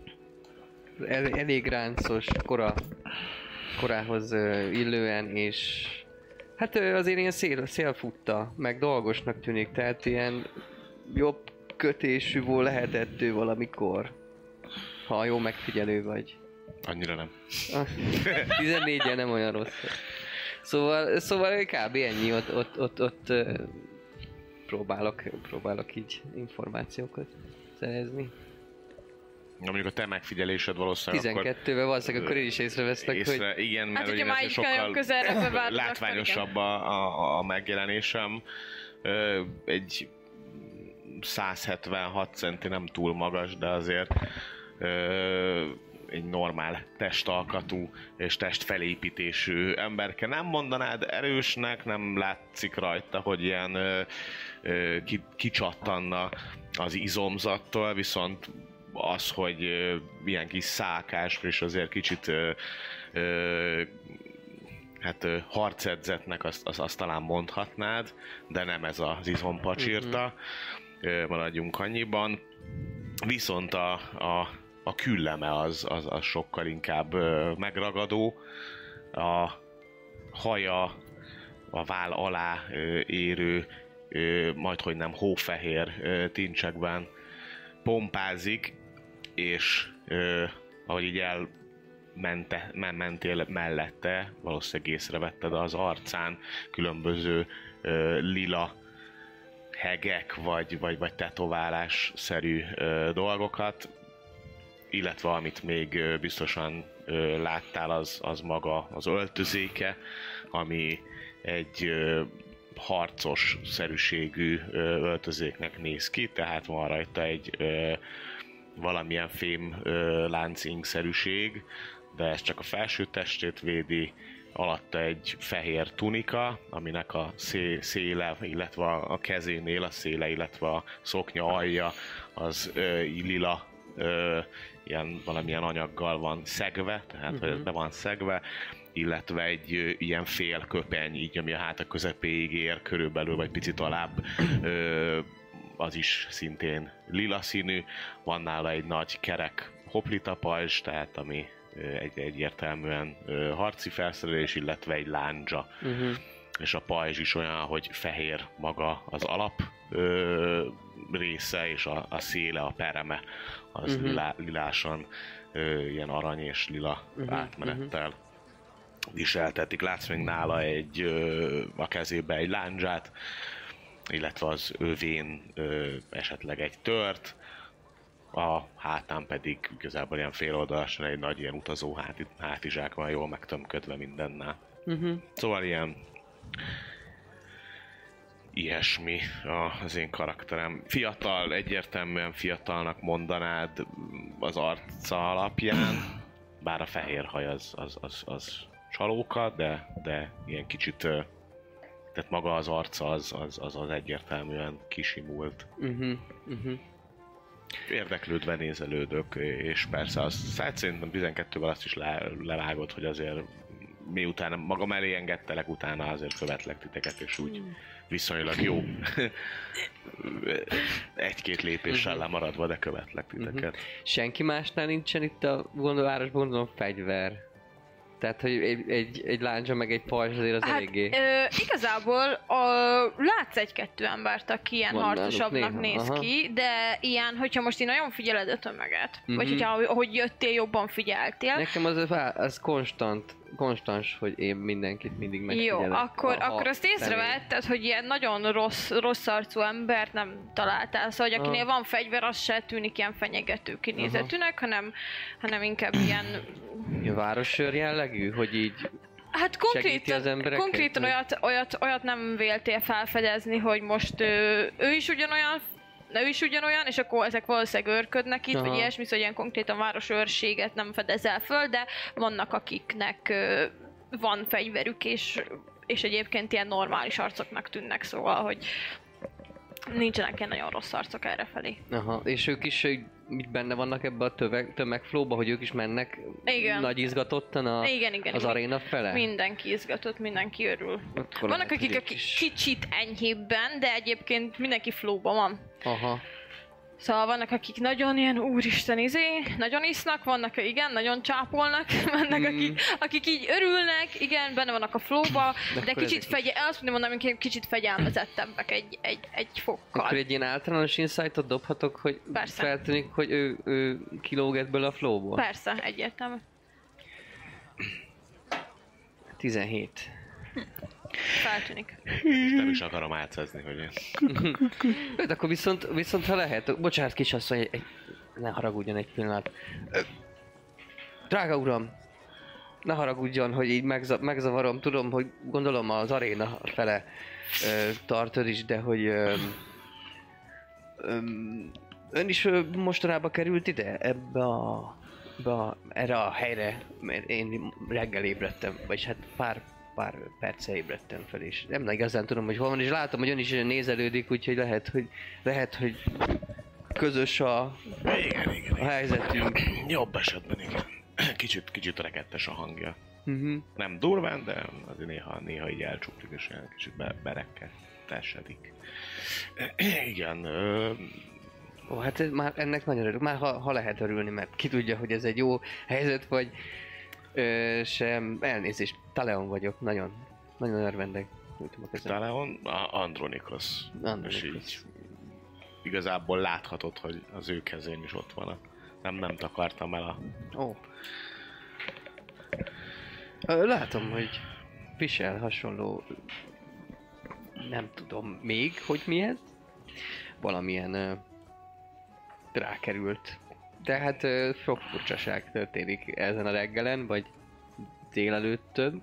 elég ráncos, korához illően, és hát azért ilyen szélfutta, meg dolgosnak tűnik, tehát ilyen jobb kötésű lehetett ő valamikor, ha jó megfigyelő vagy. Annyira nem. 14-en nem olyan rossz. Szóval kb. Ennyi, ott próbálok így információkat szerezni. Mondjuk a te megfigyelésed valószínűleg 12-vel valószínűleg akkor én is észrevesztek, hogy... Igen, mert hát, ugye sokkal látványosabb a megjelenésem. Egy 176 centi nem túl magas, de azért egy normál testalkatú és testfelépítésű emberke. Nem mondanád erősnek, nem látszik rajta, hogy ilyen kicsattanna az izomzattól, viszont az, hogy ilyen kis szálkás, és azért kicsit harcedzetnek, azt talán mondhatnád, de nem ez az izompacsírta. Maradjunk annyiban. Viszont a külleme az sokkal inkább megragadó. A haja a váll alá érő, majdhogy nem hófehér tincsekben pompázik, és ahogy így mentél mellette, valószínűleg észrevetted az arcán különböző lila hegek, vagy tetoválás-szerű dolgokat, illetve amit még biztosan láttál, az maga az öltözéke, ami egy harcos szerűségű öltözéknek néz ki, tehát van rajta egy valamilyen fém láncing-szerűség, de ez csak a felső testét védi, alatta egy fehér tunika, aminek a széle, illetve a kezénél a széle, illetve a szoknya alja az lila, ilyen valamilyen anyaggal van szegve, tehát be van szegve, illetve egy ilyen fél köpeny, így ami a háta közepéig ér körülbelül, vagy picit alább, az is szintén lila színű. Van nála egy nagy kerek hoplita pajzs, tehát ami egy egyértelműen harci felszerelés, illetve egy lándzsa. És a pajzs is olyan, hogy fehér maga az alap része, és a széle, a pereme az lilásan, ilyen arany és lila átmenettel viseltetik. Látsz még nála a kezébe egy lándzsát, illetve az övén esetleg egy tört, a hátán pedig igazából ilyen féloldalasan egy nagy ilyen utazó hátizsák van, jól megtömködve mindennel. Szóval ilyesmi az én karakterem. Fiatal, egyértelműen fiatalnak mondanád az arca alapján, bár a fehér haj az csalóka, de ilyen kicsit, tehát maga az arca az egyértelműen kisimult. Érdeklődve nézelődök, és persze szerintem 12-vel azt is levágott, hogy azért miután magam elé engedtelek, utána azért követlek titeket, és úgy viszonylag jó. Egy-két lépéssel lemaradva, de követlek titeket. Senki másnál nincsen itt a városban, gondolom, fegyver. Tehát, hogy egy láncsa meg egy pajzs azért az eléggé... Igazából látsz egy-kettő embert, aki ilyen harcosabbnak néz ki, de ilyen, hogyha most én nagyon figyeled a tömeget, vagy hogyha hogy jöttél, jobban figyeltél. Nekem az konstans, hogy én mindenkit mindig megfigyelek. Jó, akkor azt észrevetted, hogy ilyen nagyon rossz arcú embert nem találtál, szóval, hogy akinél van fegyver, az se tűnik ilyen fenyegető kinézetűnek, hanem inkább ilyen... A városőr jellegű, hogy így hát konkrétan olyat nem véltél felfedezni, hogy most ő is ugyanolyan, és akkor ezek valószínűleg őrködnek itt, vagy ilyesmi, szóval ilyen konkrétan városőrséget nem fedezel föl, de vannak akiknek van fegyverük, és egyébként ilyen normális arcoknak tűnnek, szóval, hogy nincsenek ilyen nagyon rossz arcok errefelé. Aha, és ők is benne vannak ebbe a tömegflóba, hogy ők is mennek nagy izgatottan az aréna fele? Mindenki izgatott, mindenki örül. Vannak akik kicsit enyhébben, de egyébként mindenki flóban van. Aha. Szóval vannak, akik nagyon ilyen úristen nagyon isznak, vannak, igen, nagyon csápolnak, vannak, akik így örülnek, igen, benne vannak a flóba, de azt mondom, kicsit fegyelmezettebbek egy fokkal. Akkor egy ilyen általános insightot dobhatok, hogy feltűnik, hogy ő kilóg ebből a flóból? Persze, egyértelmű. 17. Feltűnik. Nem is akarom átszázni, hogy én... akkor viszont ha lehet, bocsánat kisasszony, ne haragudjon egy pillanat. Drága uram, ne haragudjon, hogy így megzavarom, tudom, hogy gondolom az aréna fele tartod is, de hogy ön is mostanában került ide, erre a helyre, mert én reggel ébredtem, vagyis hát pár perce ébredtem fel, és nem igazán tudom, hogy hol van, és látom, hogy ön is nézelődik, úgyhogy lehet, hogy közös a helyzetünk. Jobb esetben igen. Kicsit rekettes a hangja. Nem durván, de azért néha így elcsuklik, és olyan kicsit berekedtesedik. Igen. Hát már ennek nagyon örülök, már ha lehet örülni, mert ki tudja, hogy ez egy jó helyzet, vagy sem elnézést, Taleon vagyok, nagyon örvendek. Taleon, Andronikos. És így igazából láthatod, hogy az ő kezén is ott van. Nem takartam el a... Látom, hogy visel hasonló... Nem tudom még, hogy mi ez. Valamilyen rákerült. Tehát sok furcsaság történik ezen a reggelen, vagy délelőttön.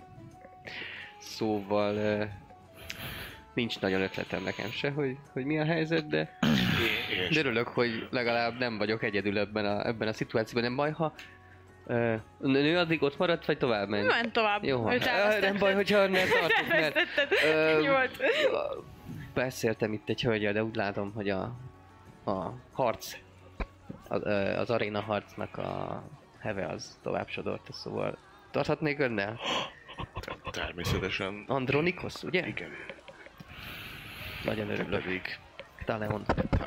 Szóval nincs nagyon ötletem nekem se, hogy mi a helyzet, de örülök, hogy legalább nem vagyok egyedül ebben a szituációban. Nem baj, ha nő addig ott maradt, vagy tovább ment? Ment tovább. Jó, nem baj, hogyha ne tartok, mert... Beszéltem itt egy hölgyel, de úgy látom, hogy a harc, az aréna harcnak a heve az tovább sodort, szóval tarthatnék önnel? Természetesen. Andronikos, ugye? Igen. Nagyon örülök. Taleon.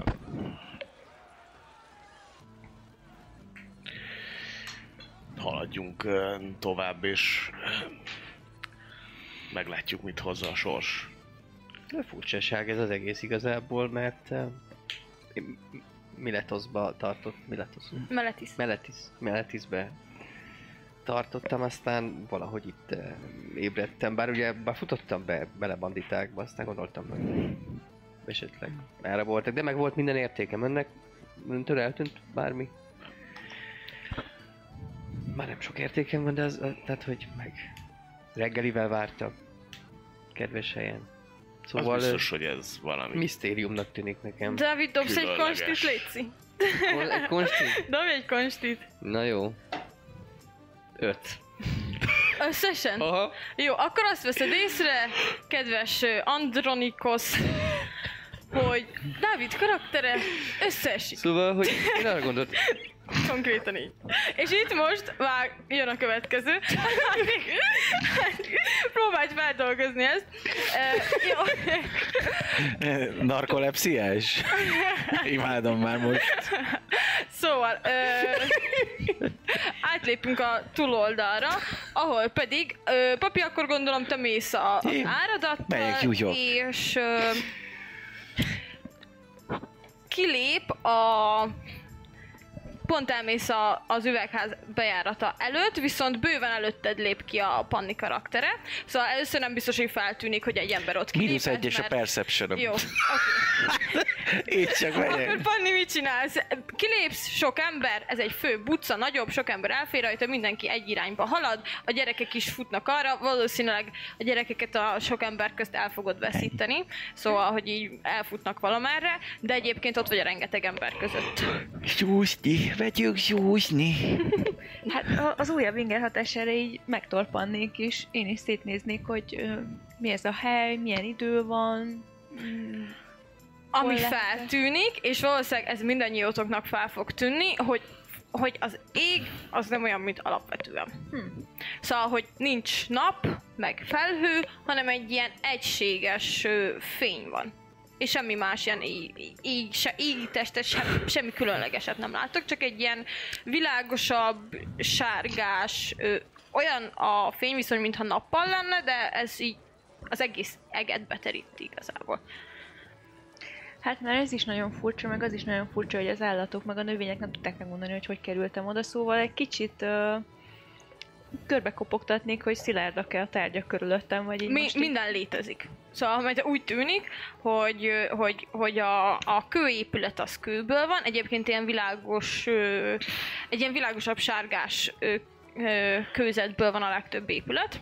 Haladjunk tovább, és meglátjuk, mit hozza a sors. Furcsaság ez az egész igazából, mert Miletoszba tartott, Meletisbe tartottam, aztán valahogy itt ébredtem, bár ugye futottam bele banditákba, aztán gondoltam, hogy esetleg erre voltak, de meg volt minden értékem önnek, öntől eltűnt bármi. Már nem sok értékem van, de tehát hogy meg reggelivel vártam kedves helyen. Szóval az biztos, hogy ez valami misztériumnak tűnik nekem. Dávid, dobsz egy konstit, létszi. Egy konstit? Dobj egy konstit. Na jó. 5. Összesen? Aha. Jó, akkor azt veszed észre, kedves Andronikos, hogy Dávid karaktere összeesik. Szóval, hogy én arra gondoltam, Konkrétan így. És itt most jön a következő. Próbálj feldolgozni ezt. Jó. Narkolepsziás? Imádom már most. Szóval, átlépünk a túloldalra, ahol pedig, Papi, akkor gondolom te mész az áradattal, és kilép pont elmész az üvegház bejárata előtt, viszont bőven előtted lép ki a Panni karaktere. Szóval először nem biztos, hogy feltűnik, hogy egy ember ott kilépett. -1-es a perception-om. Jó, oké. Így csak megyek. Akkor Panni, mit csinálsz? Kilépsz, sok ember, ez egy fő buca, nagyobb, sok ember elfér rajta, mindenki egy irányba halad, a gyerekek is futnak arra, valószínűleg a gyerekeket a sok ember közt el fogod veszíteni, szóval, hogy így elfutnak valamerre, de egyébként ott vagy a rengeteg ember között. Súszni, megyünk súszni. Hát az újabb inger hatására így megtorpannék, és én is szétnéznék, hogy mi ez a hely, milyen idő van. Ami feltűnik, és valószínűleg ez mindannyiótoknak fel fog tűnni, hogy az ég az nem olyan, mint alapvetően. Szóval, hogy nincs nap, meg felhő, hanem egy ilyen egységes fény van. És semmi más ilyen testet, semmi különlegeset nem látok, csak egy ilyen világosabb, sárgás, olyan a fényviszony, mintha nappal lenne, de ez így az egész eget beteríti igazából. Hát már ez is nagyon furcsa, meg az is nagyon furcsa, hogy az állatok, meg a növények nem tudták megmondani, hogy kerültem oda, szóval egy kicsit körbe kopogtatnék, hogy szilárdak-e a tárgyak körülöttem, vagy így minden létezik. Szóval mert úgy tűnik, hogy a kőépület az kőből van, egyébként ilyen világos, egy ilyen világosabb sárgás kőzetből van a legtöbb épület.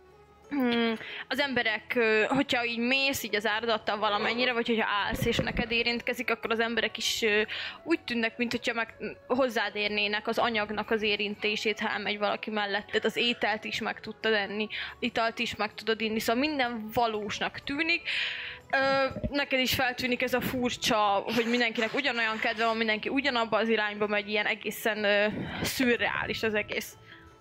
Az emberek, hogyha így mész így az áradattal valamennyire, vagy hogyha állsz és neked érintkezik, akkor az emberek is úgy tűnnek, mint hogyha meg hozzád érnének az anyagnak az érintését, ha elmegy valaki melletted, az ételt is meg tudtad enni, italt is meg tudod inni, szóval minden valósnak tűnik. Neked is feltűnik ez a furcsa, hogy mindenkinek ugyanolyan kedve van, mindenki ugyanabba az irányba megy, ilyen egészen szürreális az egész.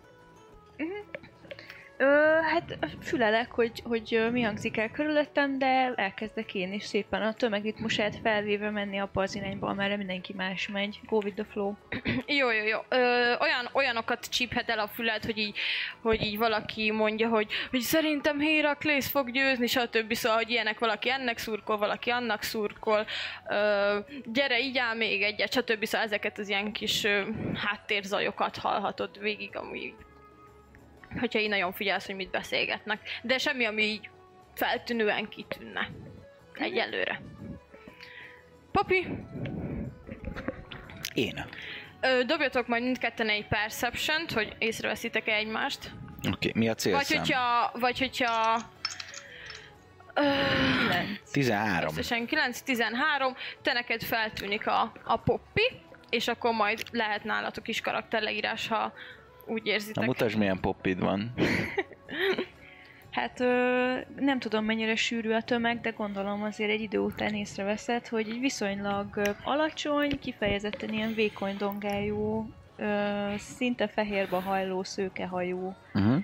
Hát fülelek, hogy mi hangzik el körülöttem, de elkezdek én is szépen a tömegritmusát felvéve menni abba az irányba, amerre mindenki más megy. Go with the flow. Jó. Olyanokat csíphet el a füled, hogy így valaki mondja, hogy szerintem Héraklész fog győzni, stb. Szóval, hogy ilyenek, valaki ennek szurkol, valaki annak szurkol, gyere, így áll még egyet, stb. Szóval ezeket az ilyen kis háttérzajokat hallhatod végig, amúgy, hogyha így nagyon figyelsz, hogy mit beszélgetnek. De semmi, ami így feltűnően kitűnne. Egyelőre. Papi? Én. Dobjatok majd mindketten egy perception-t, hogy észreveszitek-e egymást. Oké, mi a célszám? Vagy hogyha 13. Összesen 9-13, te neked feltűnik a Poppy, és akkor majd lehet nálatok is karakterleírás, ha úgy érzitek. Na mutasd, milyen Poppid van. Hát nem tudom, mennyire sűrű a tömeg, de gondolom azért egy idő után észreveszed, hogy viszonylag alacsony, kifejezetten ilyen vékony dongájú, szinte fehérbe hajló, szőkehajú,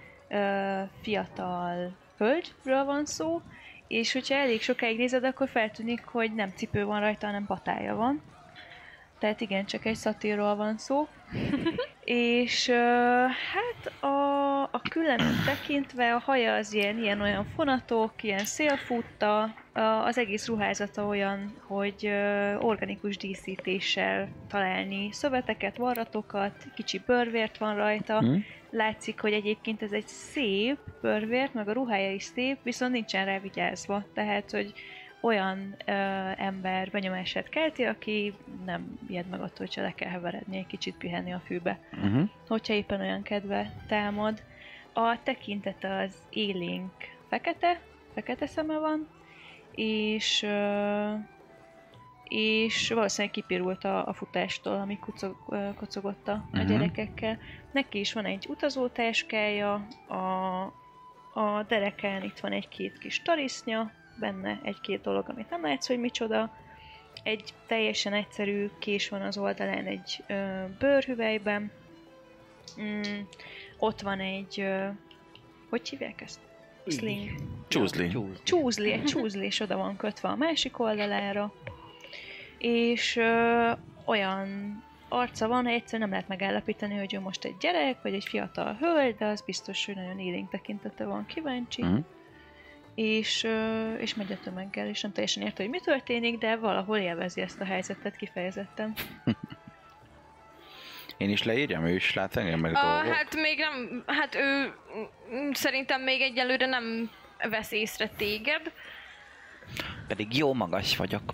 fiatal hölgyről van szó, és hogyha elég sokáig nézed, akkor feltűnik, hogy nem cipő van rajta, hanem patája van. Tehát igen, csak egy szatírról van szó. És hát a különöt tekintve a haja az ilyen olyan fonatok, ilyen szélfutta, az egész ruházata olyan, hogy organikus díszítéssel találni szöveteket, varratokat, kicsi bőrvért van rajta. Látszik, hogy egyébként ez egy szép bőrvért, meg a ruhája is szép, viszont nincsen rá vigyázva. Tehát, hogy olyan ember benyomását kelti, aki nem ijed meg attól, hogyha le kell heveredni, egy kicsit pihenni a fűbe. Hogyha éppen olyan kedve támad. A tekintete az élénk fekete szeme van, és és valószínűleg kipirult a futástól, ami kocogott a gyerekekkel. Neki is van egy utazótáskája, a derekán itt van egy-két kis tarisznya, benne egy-két dolog, amit nem látsz, hogy micsoda. Egy teljesen egyszerű kés van az oldalán egy bőrhüvelyben. Ott van egy... hogy hívják ezt? Sling. Csúzli. Egy csúzli, és oda van kötve a másik oldalára. És olyan arca van, hogy egyszerűen nem lehet megállapítani, hogy ő most egy gyerek, vagy egy fiatal hölgy, de az biztos, hogy nagyon élénk tekintete van, kíváncsi. És megy a tömeggel, és nem teljesen érte, hogy mi történik, de valahol élvezi ezt a helyzetet kifejezetten. Én is leírjam, ő is lát engem meg dolgok? Hát még nem, hát ő szerintem még egyelőre nem vesz észre téged. Pedig jó magas vagyok.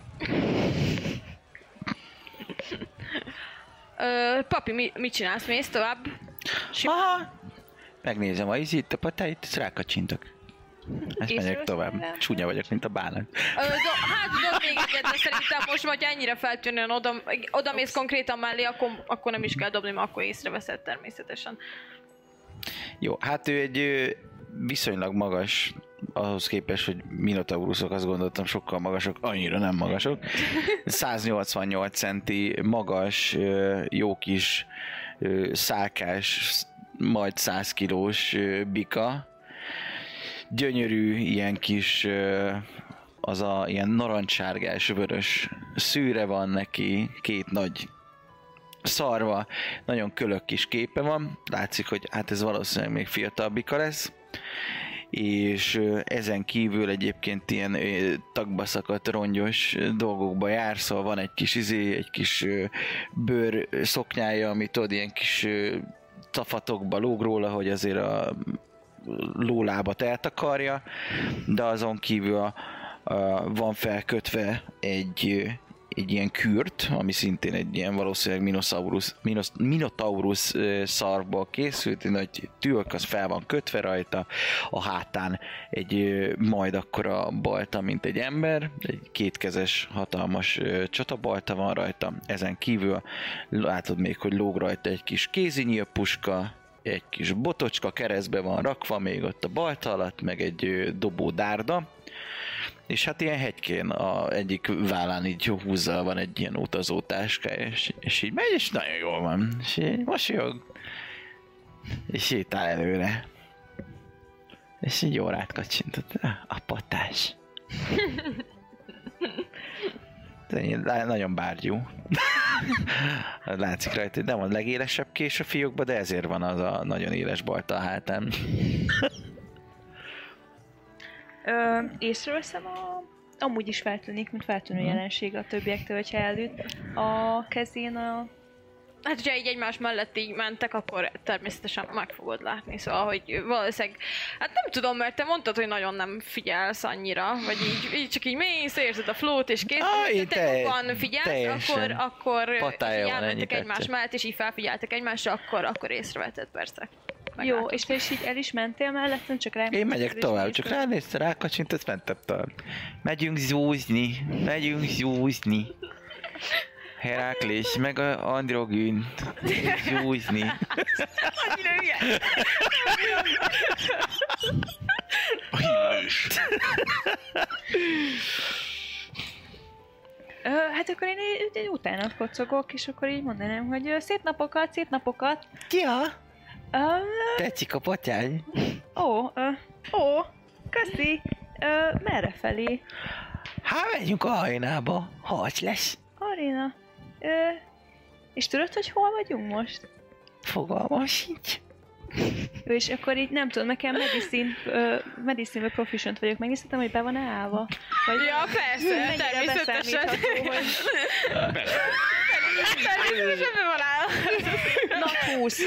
Papi, mit csinálsz? Mész tovább? Aha! Megnézem a izit, a patáit, és rákacsintok. Ezt megyek tovább. Csúnya vagyok, mint a bálnak. Hát tudod még egyet, de szerintem most vagy ennyire feltűnően oda mész konkrétan mellé, akkor nem is kell dobni, mert akkor észreveszed természetesen. Jó, hát ő egy viszonylag magas, ahhoz képest, hogy minotaurusok, azt gondoltam sokkal magasok, annyira nem magasok. 188 centi magas, jó kis szálkás, majd 100 kilós bika. Gyönyörű, ilyen kis, ilyen narancssárgás, vörös szőre van neki, két nagy szarva, nagyon kölök kis képe van, látszik, hogy hát ez valószínűleg még fiatal bika lesz, és ezen kívül egyébként ilyen tagba szakadt rongyos dolgokba jár, szóval van egy kis bőr szoknyája, amit tudod, ilyen kis tafatokba lóg róla, hogy azért a lólábat eltakarja, de azon kívül van felkötve egy ilyen kürt, ami szintén egy ilyen valószínűleg minotaurus szarvból készült, egy nagy tülk, az fel van kötve rajta, a hátán egy majd akkora balta, mint egy ember, egy kétkezes hatalmas csatabalta van rajta, ezen kívül látod még, hogy lóg rajta egy kis kézinyílpuska, egy kis botocska keresztbe van rakva még ott a balta alatt, meg egy dobó dárda, és hát ilyen hegykén egyik vállán így húzza, van egy ilyen utazótáskája, és így megy, és nagyon jól van. És így mosolyog, és sétál előre. És így jól rátkacsintott. A patás. Nagyon bárgyú. Látszik rajta, hogy nem a legélesebb kés a fiókba, de ezért van az a nagyon éles balta a hátán. Észreveszem amúgy is feltűnik, mint feltűnő jelenség a többiektől, hogyha elüt a kezén a... Hát, hogyha így egymás mellett így mentek, akkor természetesen meg fogod látni, szóval, hogy valószínűleg, hát nem tudom, mert te mondtad, hogy nagyon nem figyelsz annyira, vagy így csak így mész, érzed a flót, és kész, te jobban figyelsz, akkor elmentek egymás mellett, és így felfigyeltek egymásra, akkor észrevetted persze. Jó, és te is így el is mentél mellettem, csak rá... Én megyek tovább, csak ránézte, rákacsintott, mentem tovább. Megyünk zúzni. Heráklés, meg a Androgyn. Zúzni. Annyira hülye. A hívős. Hát akkor én utána kocogok, és akkor így mondanám, hogy szép napokat. Ja. Tetszik a potyány? Köszi. Merre felé? Hát megyünk a arénába, harc lesz. Aréna? És tudod, hogy hol vagyunk most? Fogalmam sincs. És akkor így nem tudom, nekem medicine proficient vagyok, megnézhetem, hogy be van állva? Vagy ja, persze, természetesen. Természetesen be van állva. Na, 20.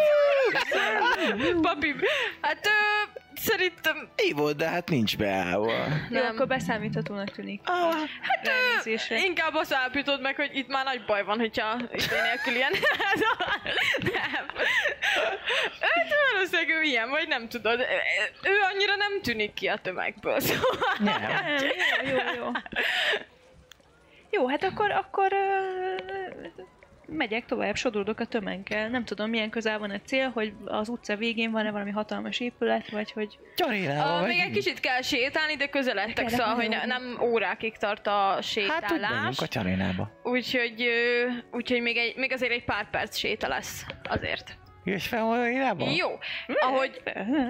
Papi, hát szerintem... Így volt, de hát nincs beállva. Jó, akkor beszámíthatónak tűnik. Hát inkább azt állapítod meg, hogy itt már nagy baj van, hogyha itt nélkül ilyen. Nem. Valószínűleg ő ilyen, vagy nem tudod. Ő annyira nem tűnik ki a tömegből, szóval. Nem. Jó. Jó, hát akkor megyek tovább, sodródok a tömeggel. Nem tudom, milyen közel van a cél, hogy az utca végén van-e valami hatalmas épület, vagy hogy... Még egy kicsit kell sétálni, de közeledtek, szóval, hogy nem órákig tart a sétálás. Hát úgy megyünk a Csarénába. Úgyhogy még azért egy pár perc séta lesz azért. Jössz fel Csarénába? Jó, ahogy...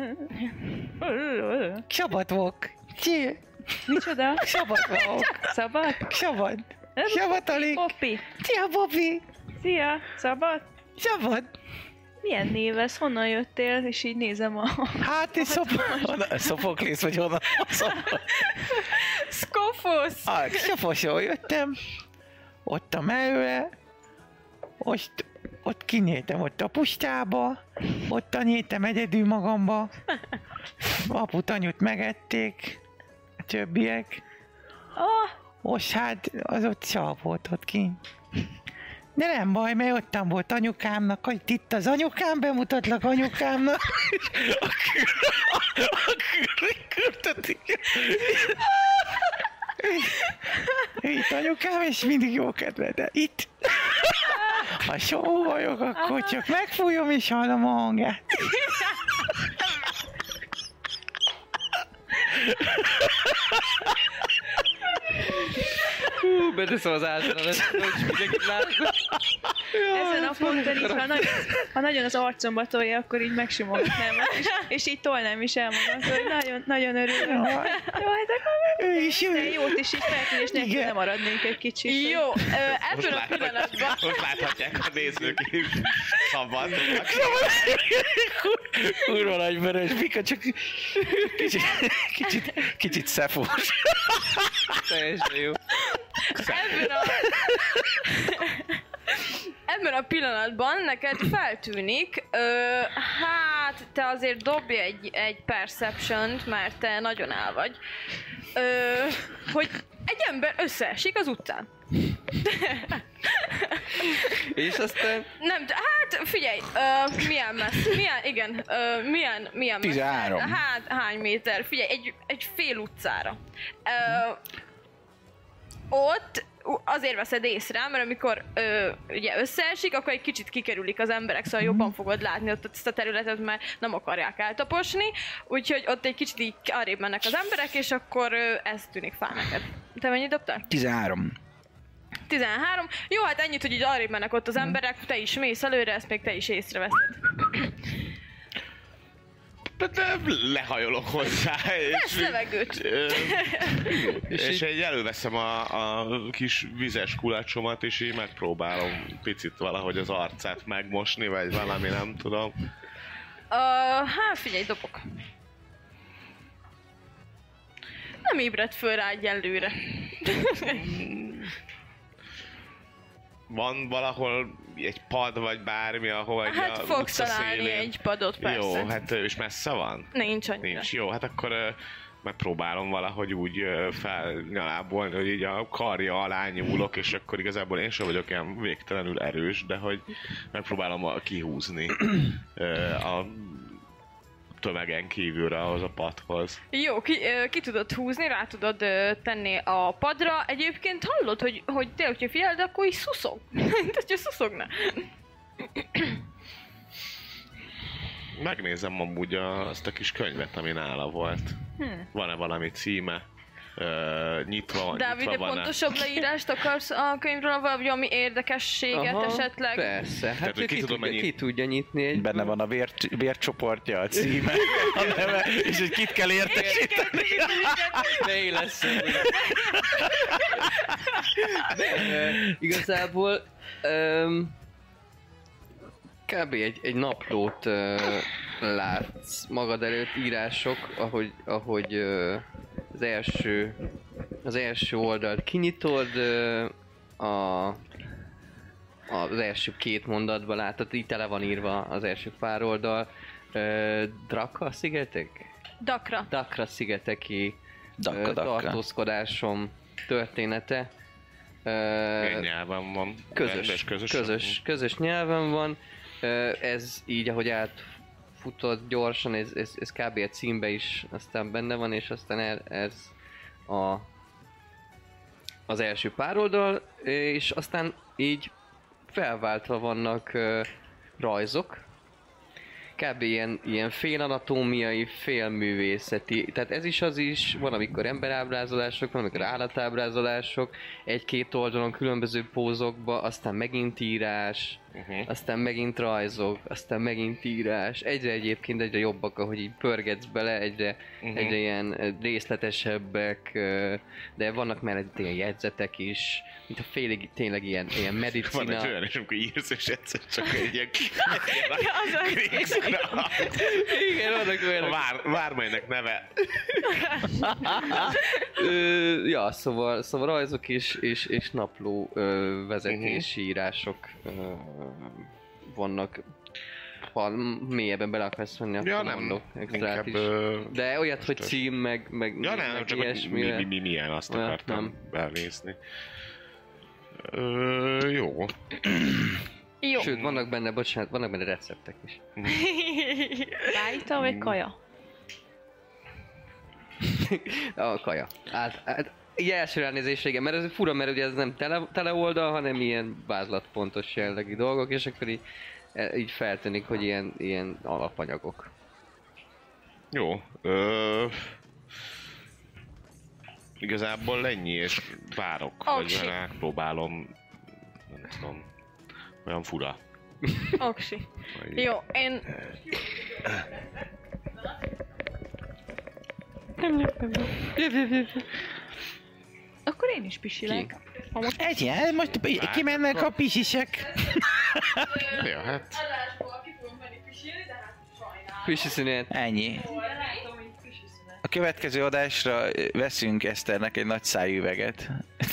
Szabad walk. Micsoda? Szabad walk. Szabad? Szabad. Szabad, Alik. Poppy. Szia, Bobby. Szia, szabad? Szabad. Milyen név ez? Honnan jöttél? És így nézem a... Hát, és Szofoklész, vagy honnan? Skofosz! Skofosról jöttem. Ott a mellőre. Ott kinyíltem ott a pustába. Ott nyíltem egyedül magamba. Aput, anyut megették. A többiek. Most hát az ott szal volt ott kint. De nem baj, mert ottan volt anyukámnak, hogy itt az anyukám, bemutatlak anyukámnak. A kürtetik. Itt anyukám, és mindig jó kedve, de itt. Ha só vagyok, akkor csak megfújom, és hallom a hangját. Beteszem az általános, hogy mindenkit látok. Ezen a ponton így, ha nagyon az arcomba tolja, akkor így megsimogatnám, és így tolnám is el magam, hogy nagyon, nagyon örülök. Jó, hát akkor ő is de jót is így feltűnés nélkül nem maradnék egy kicsit. Jó, ebből a pillanatban... Most láthatják a nézők is. Szabad. Kurva nagy vörös bika, csak kicsit szefós. Teljesen jó. Ebben a pillanatban neked feltűnik, hát te azért dobj egy perception-t, mert te nagyon el vagy, hogy egy ember összeesik az utcán. És aztán... Nem, hát figyelj, milyen messze, milyen 13. messze, hát hány méter, figyelj, egy fél utcára. Ott azért veszed észre, mert amikor ugye összeesik, akkor egy kicsit kikerülik az emberek, szóval jobban fogod látni ott ezt a területet, mert nem akarják eltaposni, úgyhogy ott egy kicsit így arrébb mennek az emberek, és akkor ez tűnik fel neked. Te mennyit dobtál? 13. 13. Jó, hát ennyit, hogy így arrébb mennek ott az emberek, te is mész előre, ezt még te is észreveszed. Lehajolok hozzá, Vesz levegőt. És így előveszem a kis vizes kulacsomat, és így megpróbálom picit valahogy az arcát megmosni, vagy valami, nem tudom. Hát figyelj, dobok. Nem ébredt föl rá egyelőre. Van valahol egy pad, vagy bármi, ahol hát fogsz találni egy padot, persze. Jó, hát és messze van? Nincs annyira. Nincs. Jó, hát akkor megpróbálom valahogy úgy felnyalábolni, hogy így a karja alá nyúlok, és akkor igazából én sem vagyok ilyen végtelenül erős, de hogy megpróbálom kihúzni a tömegen kívülre ahhoz a padhoz. Jó, ki tudod húzni, rá tudod tenni a padra. Egyébként hallod, hogy te, hogyha figyeld, akkor így szuszog. Mint hogyha szuszogna. Megnézem amúgy azt a kis könyvet, ami nála volt. Van-e valami címe? Nyitva Dávid, de pontosabb leírást akarsz a könyvről, vagy ami érdekességet esetleg? Persze, hát tehát, ki tudja nyitni egy... Benne van a vércsoportja, a címe, a neve, és hogy kit kell értesíteni. Ne lesz. Igazából kb. egy naplót látsz magad előtt, írások, ahogy az első oldalt kinyitod, az első két mondatban látod, így tele van írva az első pár oldal. Draka szigetek? Dakra szigeteki tartózkodásom története. Milyen nyelven van? Közös nyelven van. Ez így, ahogy átfutott gyorsan, ez kb. A címbe is aztán benne van, és aztán ez az első pár oldal, és aztán így felváltva vannak rajzok, kb. Ilyen fél anatómiai, fél művészeti, tehát ez is az is, van amikor emberábrázolások, van amikor állatábrázolások, egy-két oldalon különböző pózokba, aztán megint írás, aztán megint rajzok, aztán megint írás, egyébként egyre jobbak, ahogy így pörgetsz bele, egyre ilyen részletesebbek, de vannak mellett ilyen jegyzetek is, mint a félig tényleg ilyen medicina. Van egy olyan is, amikor írsz, és egyszer csak egy ilyen igen, vannak olyanok. Vármelynek neve. Ja, szóval rajzok és napló vezetési írások vannak. Ha mélyebben bele akarsz menni, akkor mondok extrát is. De olyat, hogy cím, meg ja, nem, csak ilyesmire. milyen, azt akartam belnézni. Jó. Jó. Sőt, vannak benne receptek is. Rájta vagy kaja? A kaja. Így első ránézésre, igen, mert ez fura, mert ugye ez nem tele oldal, hanem ilyen vázlatpontos jellegű dolgok, és akkor így feltűnik, hogy ilyen alapanyagok. Jó. Igazából ennyi, és várok, vagy próbálom, nem tudom, olyan fura. Oksi. Jó, én... Akkor én is pisilek. Egyen, most kimennek a pisisek. Jó, hát... Pisiszünet. Ennyi. A következő adásra veszünk Eszternek egy nagy szájüveget.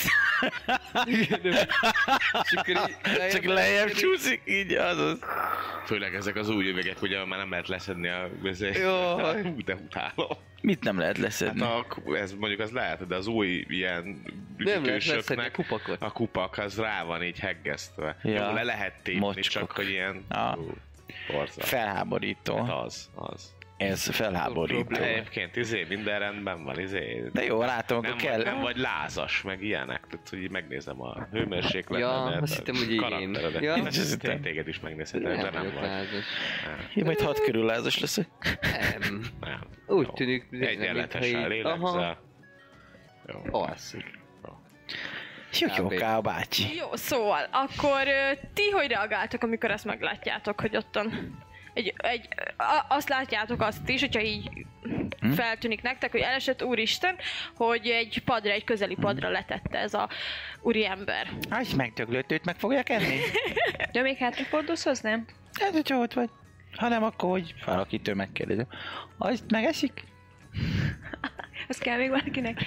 Csak lejjebb csúszik, így azaz. Főleg ezek az új üvegek, ugye már nem lehet leszedni a vizet. Jó. De utálom. Mit nem lehet leszedni? Hát ez mondjuk az lehet, de az új ilyen ütősöknek a kupak az rá van így heggesztve. Ja. Jó, le lehet tépni, Mocskok. csak hogy ilyen felháborító. Hát az. Ez felháborító. Egyébként minden rendben van, De jó, látom, akkor kell. Nem vagy lázas, meg ilyenek, tehát hogy megnézem a hőmérsékletet. Ja, azt hittem, hogy én. Ja. Téged is megnézhetem, de nem vagy. Én majd 6 körül lázas leszek. Nem. Úgy tűnik, egyenletesen lélegzel. Jó. Alszik. Jutyóká a bácsi. Jó, szóval, akkor ti hogy reagáltok, amikor ezt meglátjátok, hogy ottan... azt látjátok azt is, hogyha így feltűnik nektek, hogy elesett úristen, hogy egy padra, egy közeli padra letette ez a úriember. Az megdöglött, őt meg fogják enni? De még hátrafordulsz, nem? Hát, hogyha ott vagy. Ha nem, akkor hogy valakitől megkérdezem. Azt megeszik? Ez kell még valakinek.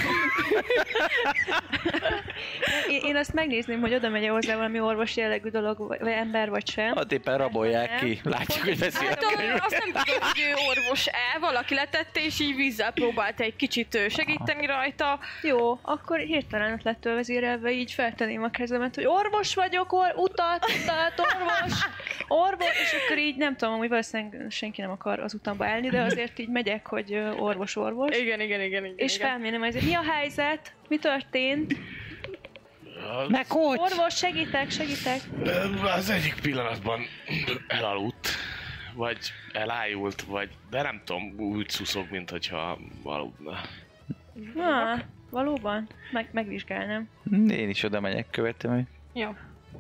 Én azt megnézném, hogy oda megy hozzá valami orvos jellegű dolog, vagy ember, vagy sem. Ott éppen rabolják ki. Látjuk, hogy veszi a könyvet. Azt nem tudom, hogy ő orvos-e, valaki letette, és így vízzel próbált egy kicsit segíteni rajta. Jó, akkor hirtelen ott lett vezérelve, így feltenném a kezemet, hogy orvos vagyok, utat, orvos, és akkor így nem tudom, hogy valószínűleg senki nem akar az utamba állni, de azért így megyek, hogy orvos. Igen. És felmérném, hogy mi a helyzet, mi történt? Meg hogy? Orvos, segítek. Az egyik pillanatban elaludt, vagy elájult, vagy, de nem tudom, úgy szuszog, mint hogyha aludna. Na, valóban? Megvizsgálnám. Én is oda megyek, követem őt. Jó.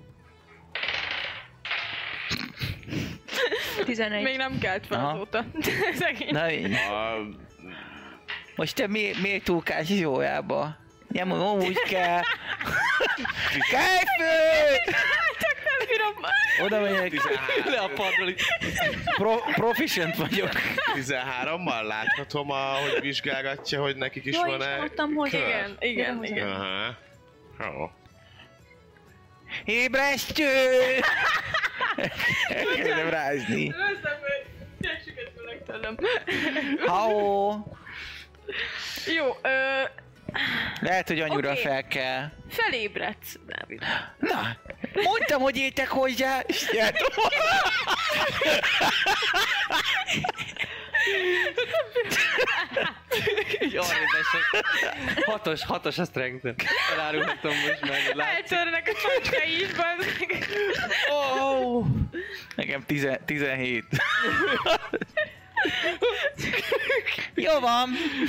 11. Még nem kelt fel azóta. Na én. Most te miért túlkálsz Zsójába? Nem, úgy kell. Kelj föl! Csak nem bírom. Oda megyek. Le a padról. Proficient vagyok. 13-mal láthatom, hogy vizsgálgatja, hogy nekik is van-e Jó, is mondtam, hogy igen. Aha. Jó. Ébresztő! Elkezdem rázni. Tegsüket főleg tőlem. Halló! Jó, Lehet, hogy anyura Oké. fel kell. Felébredsz, Dávid. Na, mondtam, hogy értek hozzá, és jártam. Jaj, de hatos a strength-en. Elárulhatom most már, látszik. Eltörnek a csontskai is, bazdmeg. Oh, nekem 17. Jó van!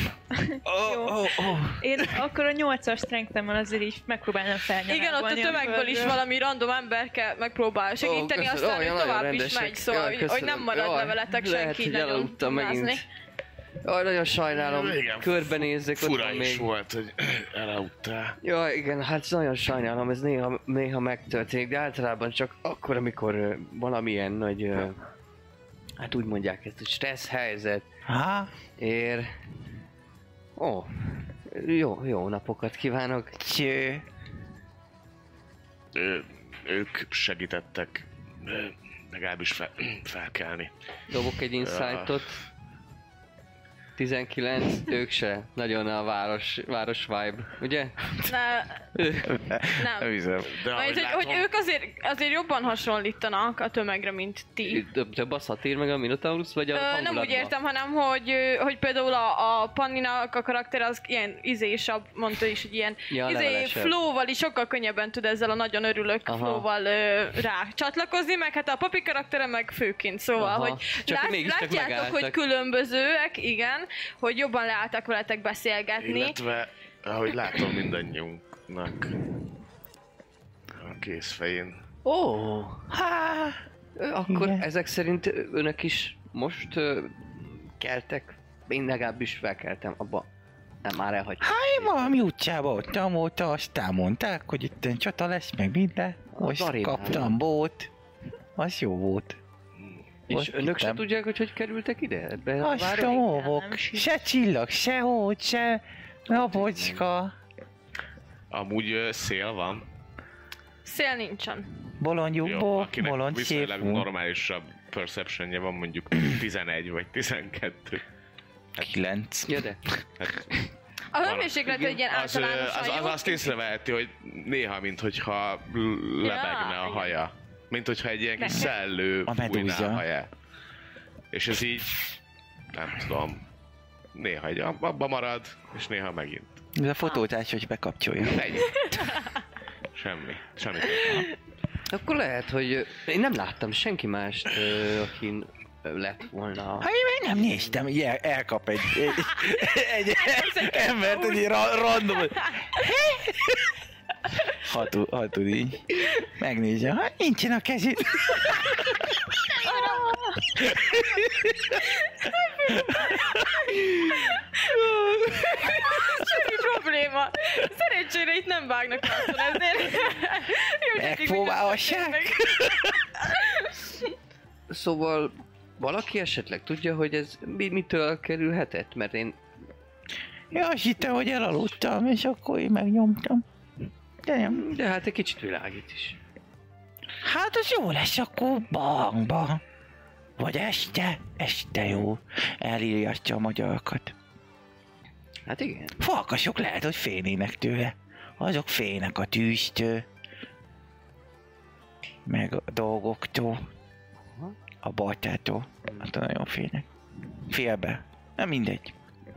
Én akkor a 8-as strength-emmel azért így megpróbálnám felnyomni. Igen, ott a tömegből is valami random ember kell megpróbál segíteni, aztán ő tovább is megy, szóval, hogy nem marad leveletek senki így nagyon mázni. Jaj, nagyon sajnálom, körbenézzek, ott fura van is még. volt, hogy elaludtál. Ja, igen, hát nagyon sajnálom, ez néha megtörténik, de általában csak akkor, amikor valamilyen nagy, hát úgy mondják ezt, hogy stressz helyzet ér. Ó, jó napokat kívánok. Cső. Ők segítettek legalábbis felkelni. Dobok egy insightot. 19, ők se. Nagyon a város vibe, ugye? Nem. De Majd, hogy ők azért jobban hasonlítanak a tömegre, mint ti. Több a szatír meg a Minotaurus, vagy a hangulatban? Nem úgy értem, hanem hogy például a Panninak a karakter az ilyen izésabb, mondta is, hogy ilyen flow-val is sokkal könnyebben tud ezzel a nagyon örülök flow-val rá csatlakozni, meg hát a papi karaktere meg főként, szóval, hogy látjátok, hogy különbözőek, igen, hogy jobban leálltak veletek beszélgetni. Illetve, ahogy látom mindannyiunknak a kézfején. Akkor igen. Ezek szerint önök is most keltek? Én legalábbis felkeltem abba. Nem, már elhagytam. Én valami útjába ott amóta, aztán mondták, hogy itt csata lesz, meg minden. Most kaptam bót. Az jó volt. És önök se tudják, hogy kerültek ide? Azt a móvok. Se csillag, se hót, se napocska. Amúgy szél van. Szél nincsen. Bolondjukból, bolond viszonylag normálisabb perceptionje van, mondjuk 11 vagy 12. 9. Ja, de. A hőmérséklet egy ilyen általánosan jó. Az azt észreveheti, hogy néha, minthogyha lebegne a haja. Mint hogyha egy ilyen kis szellő fújná a haját. És ez így, nem tudom, néha egy abba marad, és néha megint. Ez a fotótás, hogy bekapcsolja. Ennyi. Semmi. Akkor lehet, hogy én nem láttam senki mást, akin lett volna. Hát én még nem néztem, hogy elkap egy embert, hogy így random. Ha tud így. Megnézze, hát nincsen a kezét. Semmi probléma. Szerencsére itt nem vágnak azon ezért. Megpróbálhassák. Szóval valaki esetleg tudja, hogy ez mitől kerülhetett? Mert én azt hittem, hogy elaludtam, és akkor én megnyomtam. De nem. De hát egy kicsit világít is. Hát az jó lesz, akkor bang. Vagy este jó. Elírjatja a magyarakat. Hát igen. Farkasok lehet, hogy félnének tőle. Azok félnek a tűztől. Meg a dolgoktól. A baltától. Hát nagyon félnek. Félbe. Nem mindegy.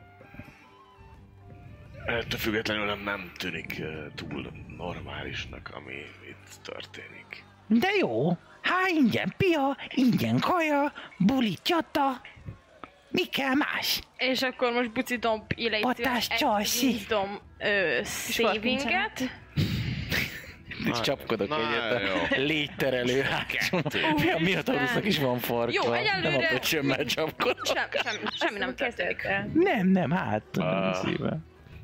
Ettől függetlenül nem tűnik túl normálisnak, ami itt történik. De jó. Hát ingyen pia, ingyen kaja, buli csata. Mi kell más? És akkor most Buci Domb Patás Csalsi. Savinget. Csapkodok egyet a létterelő hátsó. A Minotaurusnak is van farka. Jó, egyelőre... Nem a pöcsömmel csapkodok. Semmi nem történik. Nem, hát tudom szépen.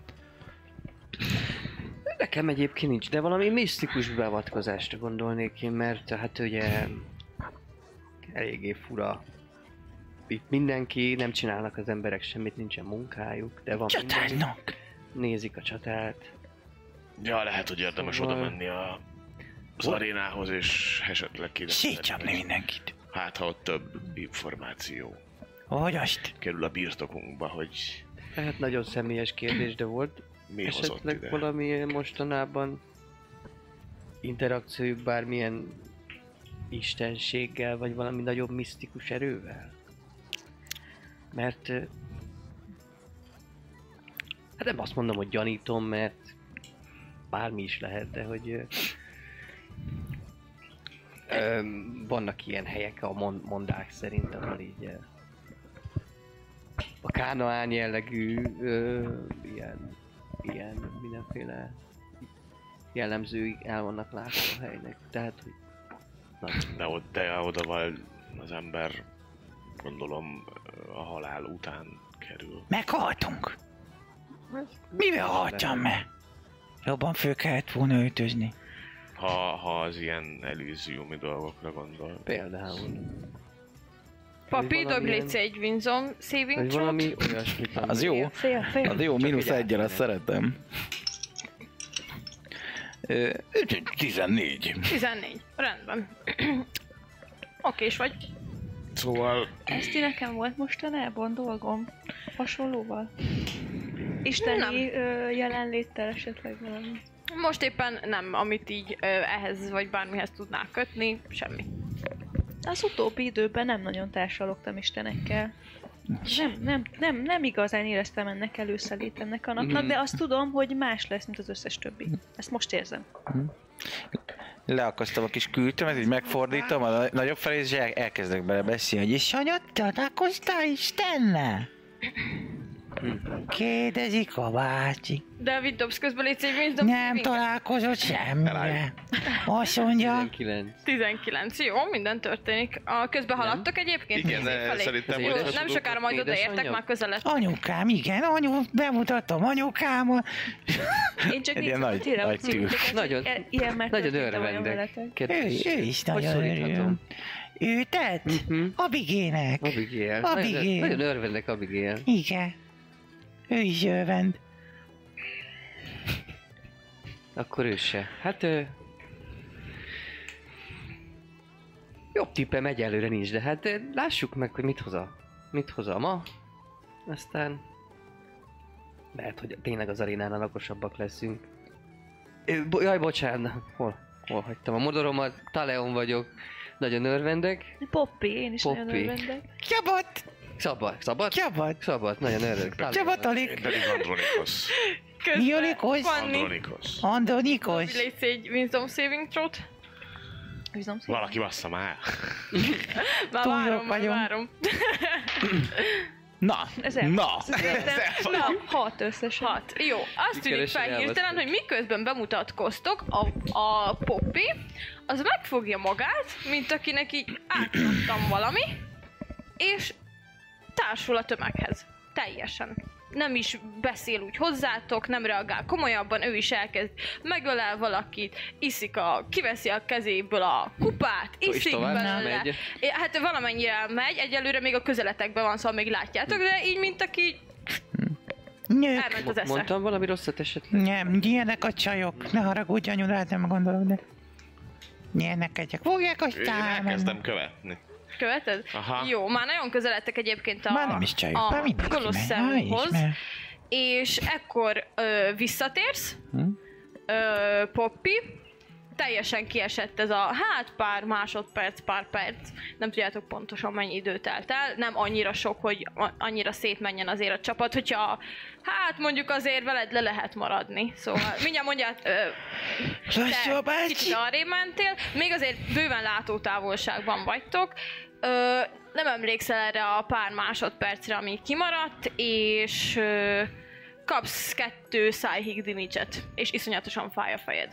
Nekem egyébként nincs, de valami misztikus beavatkozásra gondolnék én, mert hát ugye eléggé fura. Itt mindenki, nem csinálnak az emberek semmit, nincsen munkájuk, de van csatárnak. Nézik a csatát. Ja, lehet, hogy érdemes oda menni az arénához, és esetleg szétcsapni mindenkit. Hát, ha ott több információ Hogy azt kerül a birtokunkba, hogy... Hát nagyon személyes kérdés, de volt mi esetleg valamilyen mostanában interakciójuk bármilyen istenséggel, vagy valami nagyobb misztikus erővel? Mert hát nem azt mondom, hogy gyanítom, mert bármi is lehet, de hogy vannak ilyen helyek a mondák szerint, ahol így a Kánaán jellegű ilyen mindenféle jellemzői el vannak látva a helynek, tehát hogy... De oda van az ember, gondolom, a halál után kerül. Meghaltunk! Mivel haltam meg? Jobban föl kellett volna öltözni. Ha az ilyen elysiumi dolgokra gondol. Például. Papi, dobj légy egy Wisdom saving vagy throw. valami olyasmit. Az jó. Az jó, -1-jel, azt szeretem. 14. 14. Rendben. Okés vagy. Szóval... Ezt nekem volt mostanában dolgom. Hasonlóval. Isteni jelenléttel esetleg valami. Most éppen nem, amit így ehhez vagy bármihez tudnál kötni, semmi. Az utóbbi időben nem nagyon társalogtam istenekkel. Nem igazán éreztem ennek előszelét ennek a napnak, de azt tudom, hogy más lesz, mint az összes többi. Ezt most érzem. Leakasztom a kis kültömet, így megfordítom a nagyobb felé, és elkezdek bele beszélni, hogy és anyat, találkoztál Istennel? Kérdezik a bácsi. David, dobsz közben légy egy Wisdom Nem saving. találkozott semmire. Azt mondja... 19. Jó, minden történik. Közben haladtok egyébként? Igen, Nézzék de felé. szerintem... Jó, hogy nem sokára majd odaértek, már közel lett. Anyukám, igen, bemutatom anyukámmal. Én csak Egy ilyen nagy tű. Nagyon örvendek. Ő is nagyon örül. Ő tett? Abigének. Abigail. Nagyon örvendek Abigail. Igen. Ő is örvend. Akkor ő se. Hát jobb tippem egyelőre nincs, de hát lássuk meg, hogy mit hoz ma. Aztán lehet, hogy tényleg az arénánál okosabbak leszünk. Jaj, bocsánat, hol hagytam a modoromat? Taleon vagyok. Nagyon örvendek. Poppy, én is nagyon örvendek. Csabat! Szabad, nagyon örvendek. Csabatolik! Én pedig Andronikos. Violikos? Andronikos. Andronikos? Dobj légy egy Wisdom saving throw-t. Valaki bassza már. Már várom. Na! Na, 6 összesen. 6. Jó, azt tűnik fel hirtelen, hogy miközben bemutatkoztok, a Poppy, az megfogja magát, mint akinek így átadtam valami, és társul a tömeghez. Teljesen. Nem is beszél úgy hozzátok, nem reagál komolyabban, ő is elkezd, megölel valakit, kiveszi a kezéből a kupát, iszik belőle. Hát valamennyire megy, egyelőre még a közeletekben van, szóval még látjátok, de így mint aki elment az esze. Mondtam valami rosszat esetleg? Nem, ilyenek a csajok. Ne haragudj, anyu, rád nem gondolok, de... Ilyenek egyek. Fogják aztán elmenni. Elkezdem követni. Követed? Aha. Jó, már nagyon közeledtek egyébként Már nem is csajok, már mindenki gonosz megy. szemhoz, és ekkor visszatérsz, Poppy, teljesen kiesett ez a pár másodperc, pár perc, nem tudjátok pontosan mennyi idő telt el, nem annyira sok, hogy annyira szétmenjen azért a csapat, hogyha mondjuk azért veled le lehet maradni, szóval mindjárt mondját, te kicsit arrébb mentél, még azért bőven látótávolságban vagytok, nem emlékszel erre a pár másodpercre, ami kimaradt, és kapsz 2 psychic damage-et, és iszonyatosan fáj a fejed.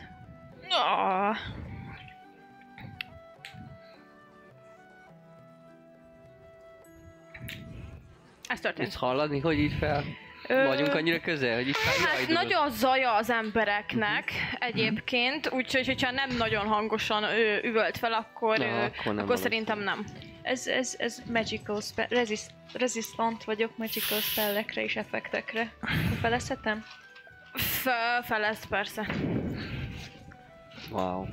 Ez történt. Ezt hallani, hogy így fel? Vagyunk annyira közel, hogy így Hát nagy a zaja az embereknek egyébként, úgyhogy hogyha nem nagyon hangosan üvölt fel, akkor szerintem nem. Ez magical spell, resistant vagyok magical spellekre és effektekre. Felezhetem? Felez, persze. Wow.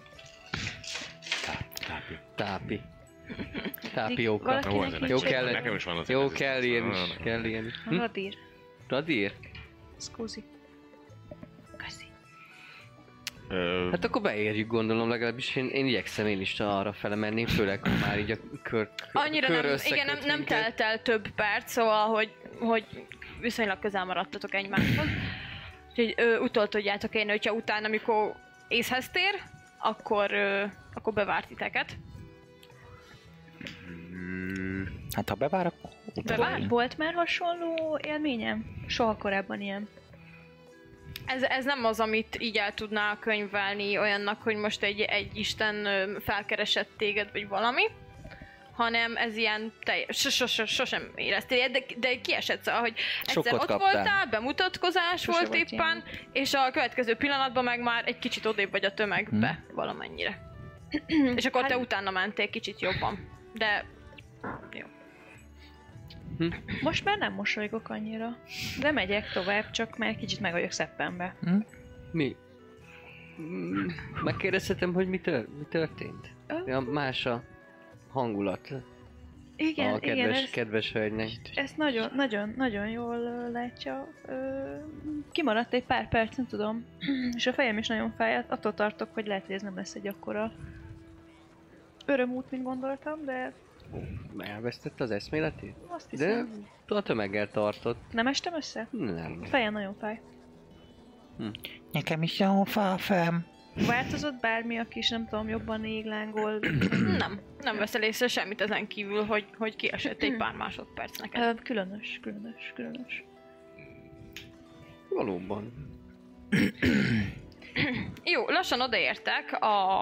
Tápi. Tápióka. Jó kell. Nekem is van az. Jó, kell ilyen is. Radír. Radír? Scusi. Köszi. Hát akkor beérjük, gondolom, legalábbis én igyekszem én is arra fele menni, főleg már így a kör annyira nem telt el több perc, szóval, hogy viszonylag közel maradtatok egymáshoz. Úgyhogy utol tudjátok érni, hogyha utána, amikor észhez tér, akkor bevárt titeket. Hát ha bevár, akkor Volt már hasonló élményem? Soha korábban ilyen. Ez nem az, amit így el tudná könyvelni olyannak, hogy most egy isten felkeresett téged, vagy valami, hanem ez ilyen sosem éreztél, de kiesett, szóval, hogy egyszer ott voltál, bemutatkozás volt éppen, és a következő pillanatban meg már egy kicsit odébb vagy a tömegbe valamennyire. És akkor te utána mentél kicsit jobban, de jó. Most már nem mosolygok annyira, de megyek tovább, csak már kicsit meg vagyok szeppenbe. Mi? Megkérdezhetem, hogy mi történt? Ja, más a hangulat. Igen, a kedves hölgynek. Ezt nagyon jól látja. Kimaradt egy pár perc, nem tudom. És a fejem is nagyon fáj, attól tartok, hogy lehet, hogy ez nem lesz egy akkora örömút, mint gondoltam, de... Elvesztette az eszméletét? Azt hiszem. De a tömeggel tartott. Nem estem össze? Nem. A fejem nagyon fáj. Nekem is nagyon fáj a fejem. Változott bármi a kis, nem tudom, jobban églángol? Nem veszel észre semmit ezen kívül, hogy kiesett egy pár másodperc neked. Különös. Valóban. Jó, lassan odaértek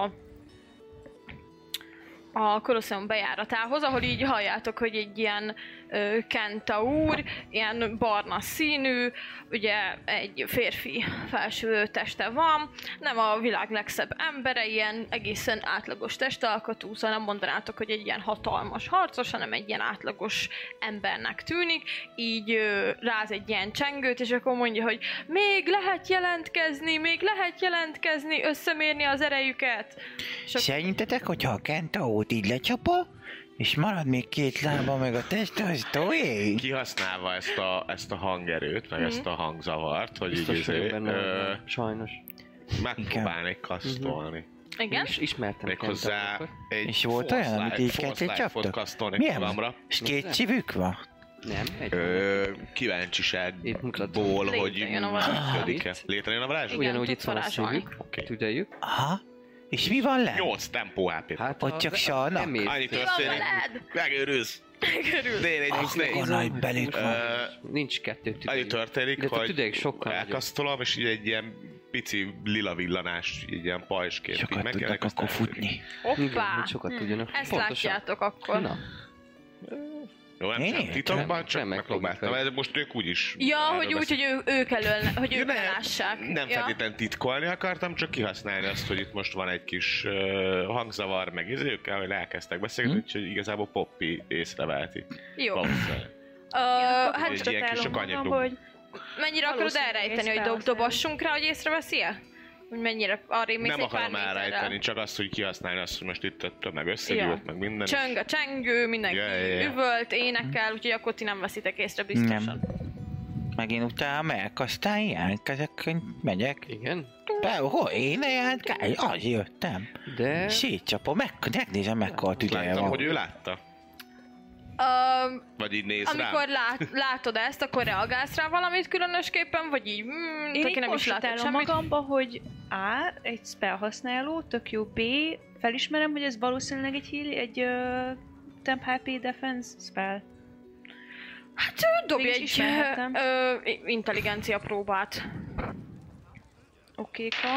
a Kolosseum bejáratához, ahol így halljátok, hogy egy ilyen kentaur, ilyen barna színű, ugye egy férfi felső teste van, nem a világ legszebb embere, ilyen egészen átlagos testalkatú, szóval nem mondanátok, hogy egy ilyen hatalmas harcos, hanem egy ilyen átlagos embernek tűnik, így ráz egy ilyen csengőt, és akkor mondja, hogy még lehet jelentkezni, összemérni az erejüket. Szerintetek, hogyha a kentaurt így lecsapa, és marad még két lába meg a teste, az toé? Kihasználva ezt a hangerőt, meg ezt a hangzavart, hogy biztos így sajnos. Megpróbálnék kasztolni. Igen? Ismertem méghozzá egy és volt olyan, amit így kettőt csaptak? Milyen? És két csivük van? Nem, kíváncsiságból, hogy működik-e. Létrejön a varázs? Ugyanúgy itt van a szívük, tüdeljük. Aha. És mi van le? 8 tempó HP. Hát ott csak salna. Annyi történik. Megőrülsz. D4-24. Nagy belük van. Nincs kettő tüdejük. Annyi történik, hogy elkasztolom, és így egy ilyen pici lila villanás, így ilyen pajsként. Sokat tudnak akkor futni. Hoppá! Sokat tudjanak. Ezt látjátok akkor. Na. Jó, nem titokban, csak megpróbáltam. Most ők úgyis... Ja, hogy úgy, hogy ők lássák. Nem feltétlenül titkolni akartam, csak kihasználni azt, hogy itt most van egy kis hangzavar, meg izőkkel, hogy elkezdtek beszélni, úgyhogy igazából Poppy észrevelti. Jó. Hát csak állom, hogy... Mennyire akarod elrejteni, hogy dobassunk rá, hogy észreveszi-e? Hogy mennyire arrébb mész nem egy pár akarom elrejteni, csak azt, hogy kihasználni azt, hogy most itt a tömeg összegyűlt, meg minden. Csöng a csengő, mindenki üvölt, énekel, úgyhogy akkor ti nem veszitek észre biztosan. Nem. Meg én utána megyek, aztán jelentkezek, megyek. Igen? Hol én jelentkezem? Az jöttem. De... Szétcsapom, megnézem, mekkora tüdeje van. Hogy ő látta. Vagy így néz amikor látod ezt, akkor reagálsz rá valamit különösképpen, vagy így én így nem is látod magamba, hogy A, egy spell használó, tök jó, B, felismerem, hogy ez valószínűleg egy temp HP defense spell. Hát dobj egy intelligencia próbát. Okéka.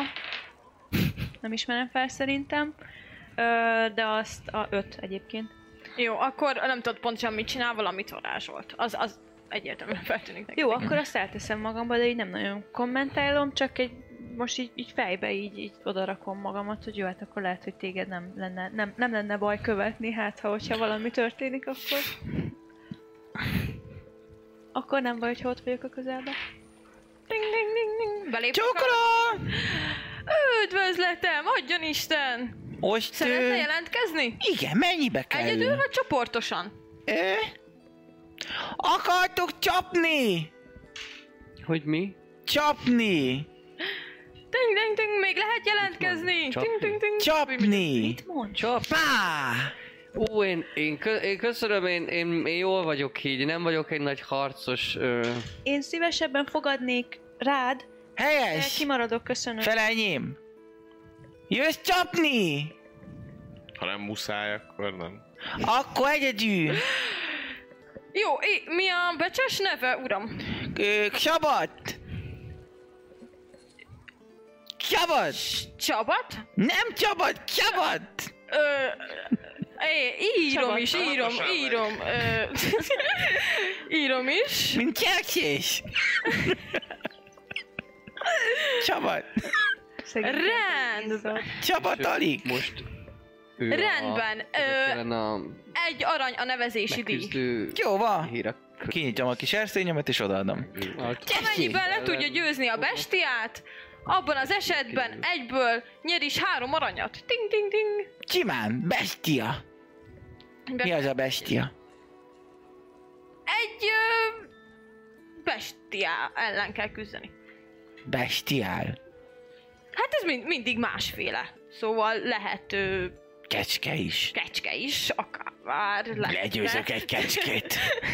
Nem ismerem fel szerintem. De azt a 5 egyébként. Jó, akkor nem tudod pontosan mit csinál, valamit varázsolt. Az egyértelműen feltűnik neki. Jó, akkor azt elteszem magamba, de így nem nagyon kommentálom, csak most így fejbe így odarakom magamat, hogy jó, hát akkor lehet, hogy téged nem lenne baj követni, hát hogyha valami történik, akkor nem baj, hogyha ott vagyok a közelben. Ding, ding, ding, ding. Belépünk. Csókolom! Üdvözletem, adjon Isten! Most... Szeretne jelentkezni? Igen, mennyibe kell? Egyedül vagy csoportosan? Akartok csapni? Hogy mi? Csapni! Ding, ding, ding, még lehet jelentkezni! Ding, ding, ding. Csapni! Mit mond? Pá! Én köszönöm, én jól vagyok így, nem vagyok egy nagy harcos. Én szívesebben fogadnék rád. Helyes! Kimaradok, köszönöm. Felenyém! Jössz csapni! Ha nem muszáj, akkor nem. Akkor egyedül! Jó, mi a becses neve, uram? Csabat! Csabat! Csabat? Nem Csabat, Csabat! Írom is. Írom is. Mint Csercsés! Csabat! Rendben. Csabat alig! Most Rendben. Egy arany a nevezési díj. Jó van! Hírek. Kinyitom a kis erszényemet és odaadom. Amennyiben le tudja győzni a bestiát, abban az esetben egyből nyer is 3 aranyat. Ting, ting, ting. Simán, bestia! Mi az a bestia? Egy bestiá ellen kell küzdeni. Bestiál. Hát ez mindig másféle. Szóval lehet Kecske is. kecske is, akár lehet. Legyőzök egy kecskét.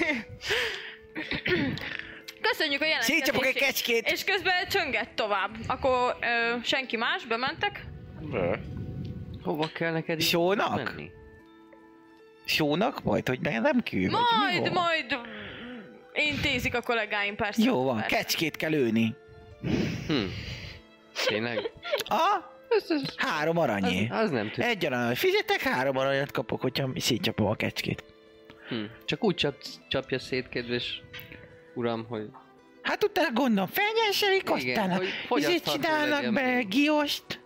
Köszönjük a jelentkezését. Szétcsapok egy kecskét. És közben csönget tovább. Akkor senki más, bementek? Hova kell neked Sónak? menni? Sónak majd, hogy nem küld? Majd intézik a kollégáim, persze. Jó van, persze. kecskét kell lőni. Tényleg? 3 aranyé. Az nem tud. Egy arany. Fizetek, 3 aranyat kapok, hogyha szétcsapom a kecskét. Csak úgy csapja szét, kedves uram, hogy... Hát utána gondolom, felnyerselik, aztán hogy fogyasztható csinálnak legyen be még. giost.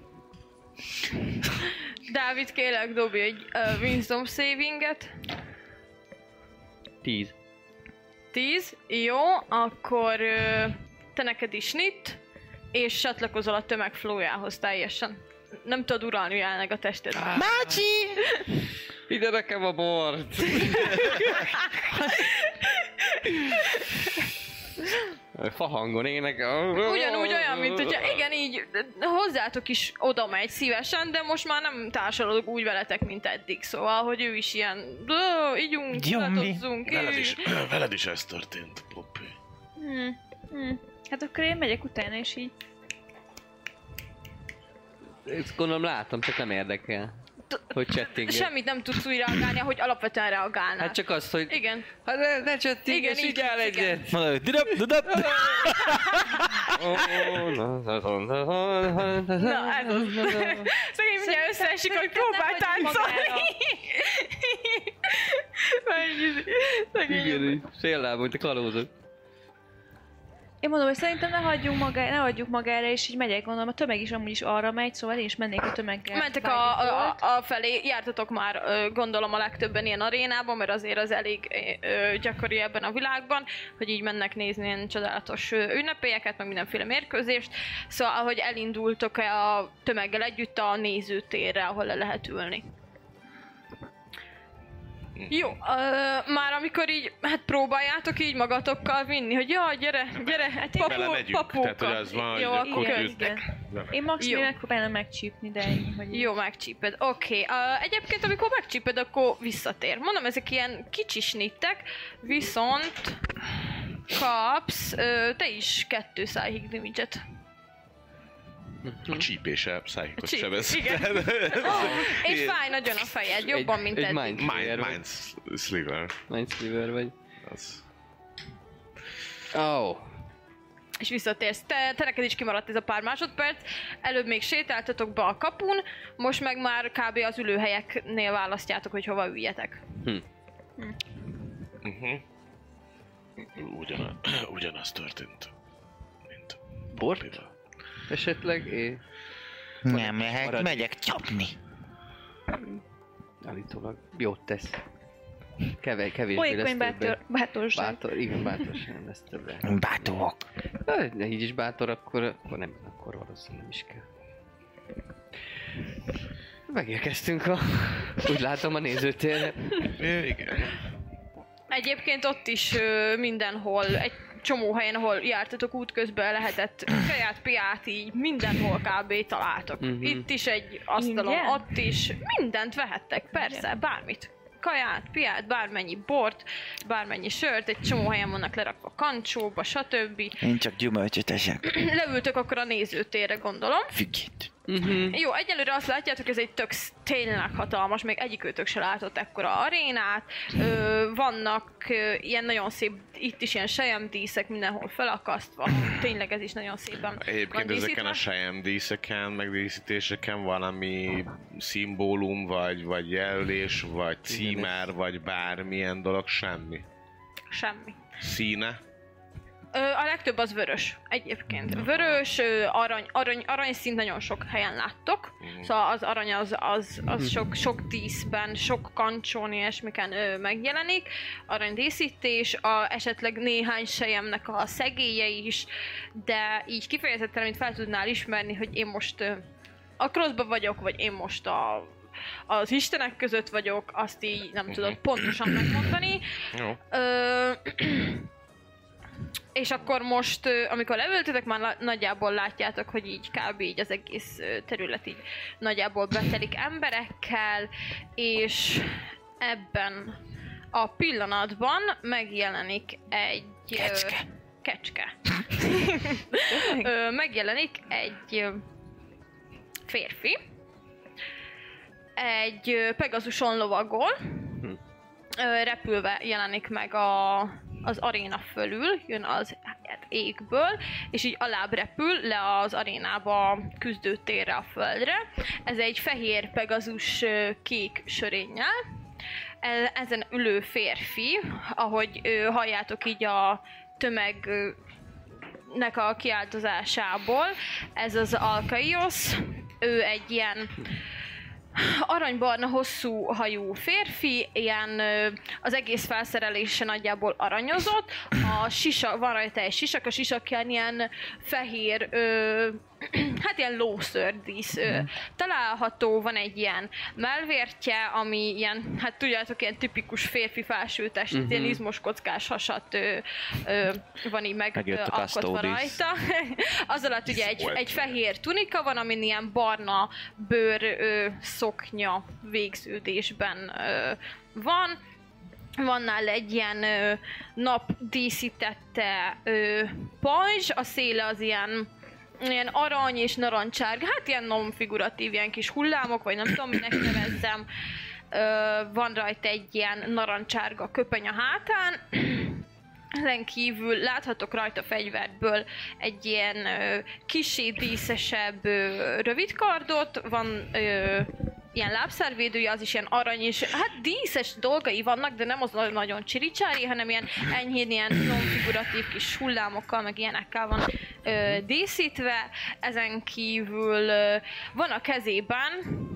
Dávid, kérlek, dobj egy wisdom savinget. 10. 10, jó, akkor te neked is snit, és csatlakozol a tömeg flójához teljesen. Nem tudod uralni jelenleg a tested. Mácsi! Ide nekem a bort! Fahangon énekel. Ugyanúgy olyan, mint hogyha igen, így hozzátok is oda megy szívesen, de most már nem társalog úgy veletek, mint eddig. Szóval, hogy ő is ilyen, ígyunk, ilatozzunk. Veled is ez történt, Poppy. Hát akkor én megyek utána, és így... Ezt gondolom látom, csak nem érdekel. Hogy csettingel. Semmit nem tudsz úgy reagálni, ahogy alapvetően reagálnál. Hát csak azt, hogy... Igen. Hát ne csettinges, Igen, így áll igen. egyet. Mondod, hogy dudap. Na, ez az. Szegény mindjárt összeesik, hogy próbál táncolni. Igen, így féllábon, te kalózok. Én mondom, hogy szerintem ne hagyjuk magára, és így megyek, gondolom, a tömeg is amúgy is arra megy, szóval én is mennék a tömeggel. Mentek a felé, jártatok már gondolom a legtöbben ilyen arénában, mert azért az elég gyakori ebben a világban, hogy így mennek nézni ilyen csodálatos ünnepélyeket, meg mindenféle mérkőzést. Szóval, hogy elindultok a tömeggel együtt a nézőtérre, ahol le lehet ülni. Jó, már amikor így, hát próbáljátok így magatokkal vinni, hogy jaj, gyere, hát papóka. Tehát, hogy az van, jó, hogy akkor igen. Én maximum megpróbálom megcsípni, de ennyi, hogy... Jó, megcsíped. Oké. Egyébként, amikor megcsíped, akkor visszatér. Mondom, ezek ilyen kicsi snittek, viszont kapsz te is 200 hit damage-et. A csípése szájékot sebez. Igen. És fáj nagyon a fejed, jobban, mint eddig. Mindsliver. Mindsliver vagy. Az. És visszatérsz. Te neked is kimaradt ez a pár másodperc. Előbb még sétáltatok be a kapun, most meg már kb. Az ülőhelyeknél választjátok, hogy hova üljetek. Ugyanaz történt, mint Bort? Esetleg Nem lehet, megyek csapni. Állítólag jót tesz. Kevésbé Folyékony lesz többre. bátorság. Igen, bátorság lesz többre. Bátorok. De így is bátor, akkor valószínűleg nem is kell. Megérkeztünk úgy látom a nézőtérre. Igen. Egyébként ott is mindenhol egy csomó helyen, ahol jártatok útközben, lehetett kaját, piát, így mindenhol kb. Találtok. Itt is egy asztalon, ott is, mindent vehettek, persze, bármit. Kaját, piát, bármennyi bort, bármennyi sört, egy csomó helyen vannak lerakva kancsóba, stb. Én csak gyümölcsöt esek. Leültök akkor a nézőtérre, gondolom. Figit. Jó, egyelőre azt látjátok, ez egy tényleg hatalmas, még egyikőtök se látott ekkora arénát. Vannak ilyen nagyon szép, itt is ilyen selyemdíszek mindenhol felakasztva. Tényleg ez is nagyon szépen egyébként van ezeken a selyemdíszeken, meg díszítéseken valami szimbólum, vagy jelölés, vagy címer, vagy bármilyen dolog, semmi. Semmi. Színe? A legtöbb az vörös egyébként. Vörös, aranyszínt nagyon sok helyen láttok. Szóval az arany az sok díszben, sok kancsón, ilyesmiken megjelenik. Aranydíszítés, esetleg néhány selyemnek a szegélye is, de így kifejezetten, amit fel tudnál ismerni, hogy én most a crossba vagyok, vagy én most az istenek között vagyok, azt így nem tudod pontosan megmondani. És akkor most, amikor leültetek, már nagyjából látjátok, hogy így kb. Így az egész terület így nagyjából betelik emberekkel, és ebben a pillanatban megjelenik egy... Kecske. Megjelenik egy férfi, egy Pegasuson lovagol, repülve jelenik meg az aréna fölül, jön az égből, és így alább repül le az arénába küzdőtérre a földre. Ez egy fehér Pegasus kék sörénnyel. Ezen ülő férfi, ahogy halljátok így a tömegnek a kiáltozásából, ez az Alkaios, ő egy ilyen aranybarna hosszú hajú férfi, ilyen az egész felszerelése nagyjából aranyozott, van rajta egy sisak, a sisak ilyen fehér, hát ilyen lószördísz található, van egy ilyen mellvértje, ami ilyen, hát tudjátok, ilyen tipikus férfi felsőtest, ilyen izmos kockás hasat van így megalkotva rajta. Az alatt ugye egy fehér tunika van, amin ilyen barna bőr szoknya végződésben van. Van nála egy ilyen napdíszítette pajzs, a széle az ilyen arany és narancsárga, hát ilyen non-figuratív, ilyen kis hullámok, vagy nem tudom, minek nevezzem. Van rajta egy ilyen narancsárga köpeny a hátán. Ezen kívül láthatok rajta fegyverből egy ilyen kissé díszesebb rövidkardot, van ilyen lábszárvédője, az is ilyen arany, és hát díszes dolgai vannak, de nem az nagyon csiricsári, hanem ilyen enyhén ilyen non-figuratív kis hullámokkal, meg ilyenekkel van díszítve. Ezen kívül van a kezében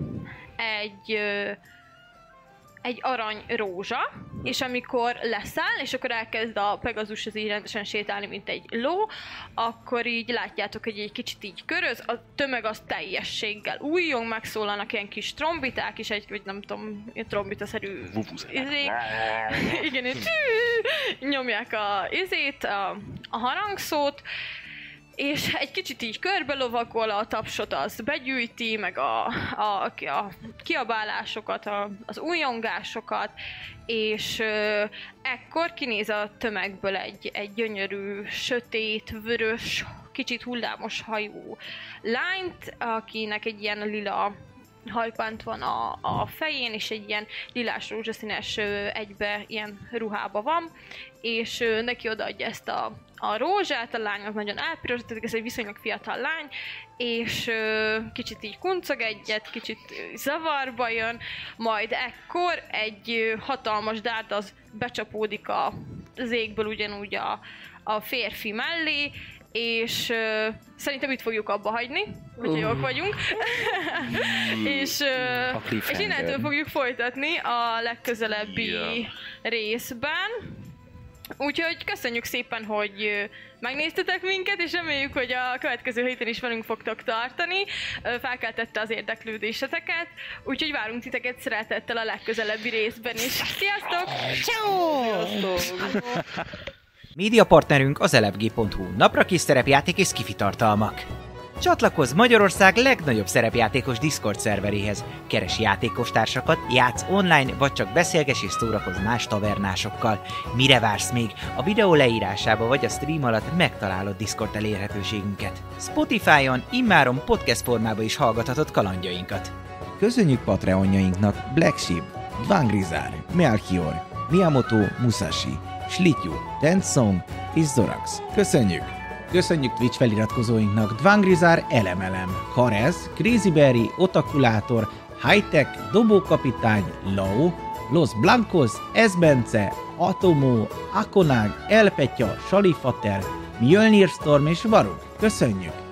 egy arany rózsa, és amikor leszáll, és akkor elkezd a Pegasus az így rendesen sétálni, mint egy ló, akkor így látjátok, hogy egy kicsit így köröz, a tömeg az teljességgel újjong, megszólalnak ilyen kis trombiták, és vagy nem tudom, ilyen trombitaszerű igen, nyomják a harangszót, és egy kicsit így körbe lovagol, a tapsot azt begyűjti, meg a kiabálásokat, az újjongásokat, és ekkor kinéz a tömegből egy gyönyörű, sötét, vörös, kicsit hullámos hajú lányt, akinek egy ilyen lila hajpánt van a fején, és egy ilyen lilás rózsaszínes egybe ilyen ruhába van, és neki odaadja ezt a rózsát, a lány az nagyon elpirosított, ez egy viszonylag fiatal lány, és kicsit így kuncog egyet, kicsit zavarba jön, majd ekkor egy hatalmas dárd az becsapódik az égből ugyanúgy a férfi mellé, és szerintem itt fogjuk abba hagyni, hogyha jók vagyunk. és innentől fogjuk folytatni a legközelebbi részben. Úgyhogy köszönjük szépen, hogy megnéztetek minket, és reméljük, hogy a következő héten is velünk fogtok tartani. Felkeltette az érdeklődéseteket, úgyhogy várunk titeket szeretettel a legközelebbi részben is. Sziasztok! Ciao! Sziasztok! Média partnerünk az elefg.hu, napra kis szerepjáték és skifi tartalmak. Csatlakozz Magyarország legnagyobb szerepjátékos Discord szerveréhez. Keres játékostársakat, játsz online, vagy csak beszélges és szórakozz más tavernásokkal. Mire vársz még? A videó leírásába vagy a stream alatt megtalálod Discord elérhetőségünket. Spotify-on immáron podcast formában is hallgathatod kalandjainkat. Köszönjük Patreonjainknak Black Sheep, Dvangrizár, Melchior, Miyamoto Musashi, Slityu, Tensong és Zorax. Köszönjük! Köszönjük Twitch feliratkozóinknak Dvangrizár Elemelem, Karez, Crazyberry, Otakulátor, Hightech, Dobókapitány, Lau, Los Blancos, Esbence, Atomo, Akonag, Elpetya, Salifater, Mjölnir Storm és Varug. Köszönjük!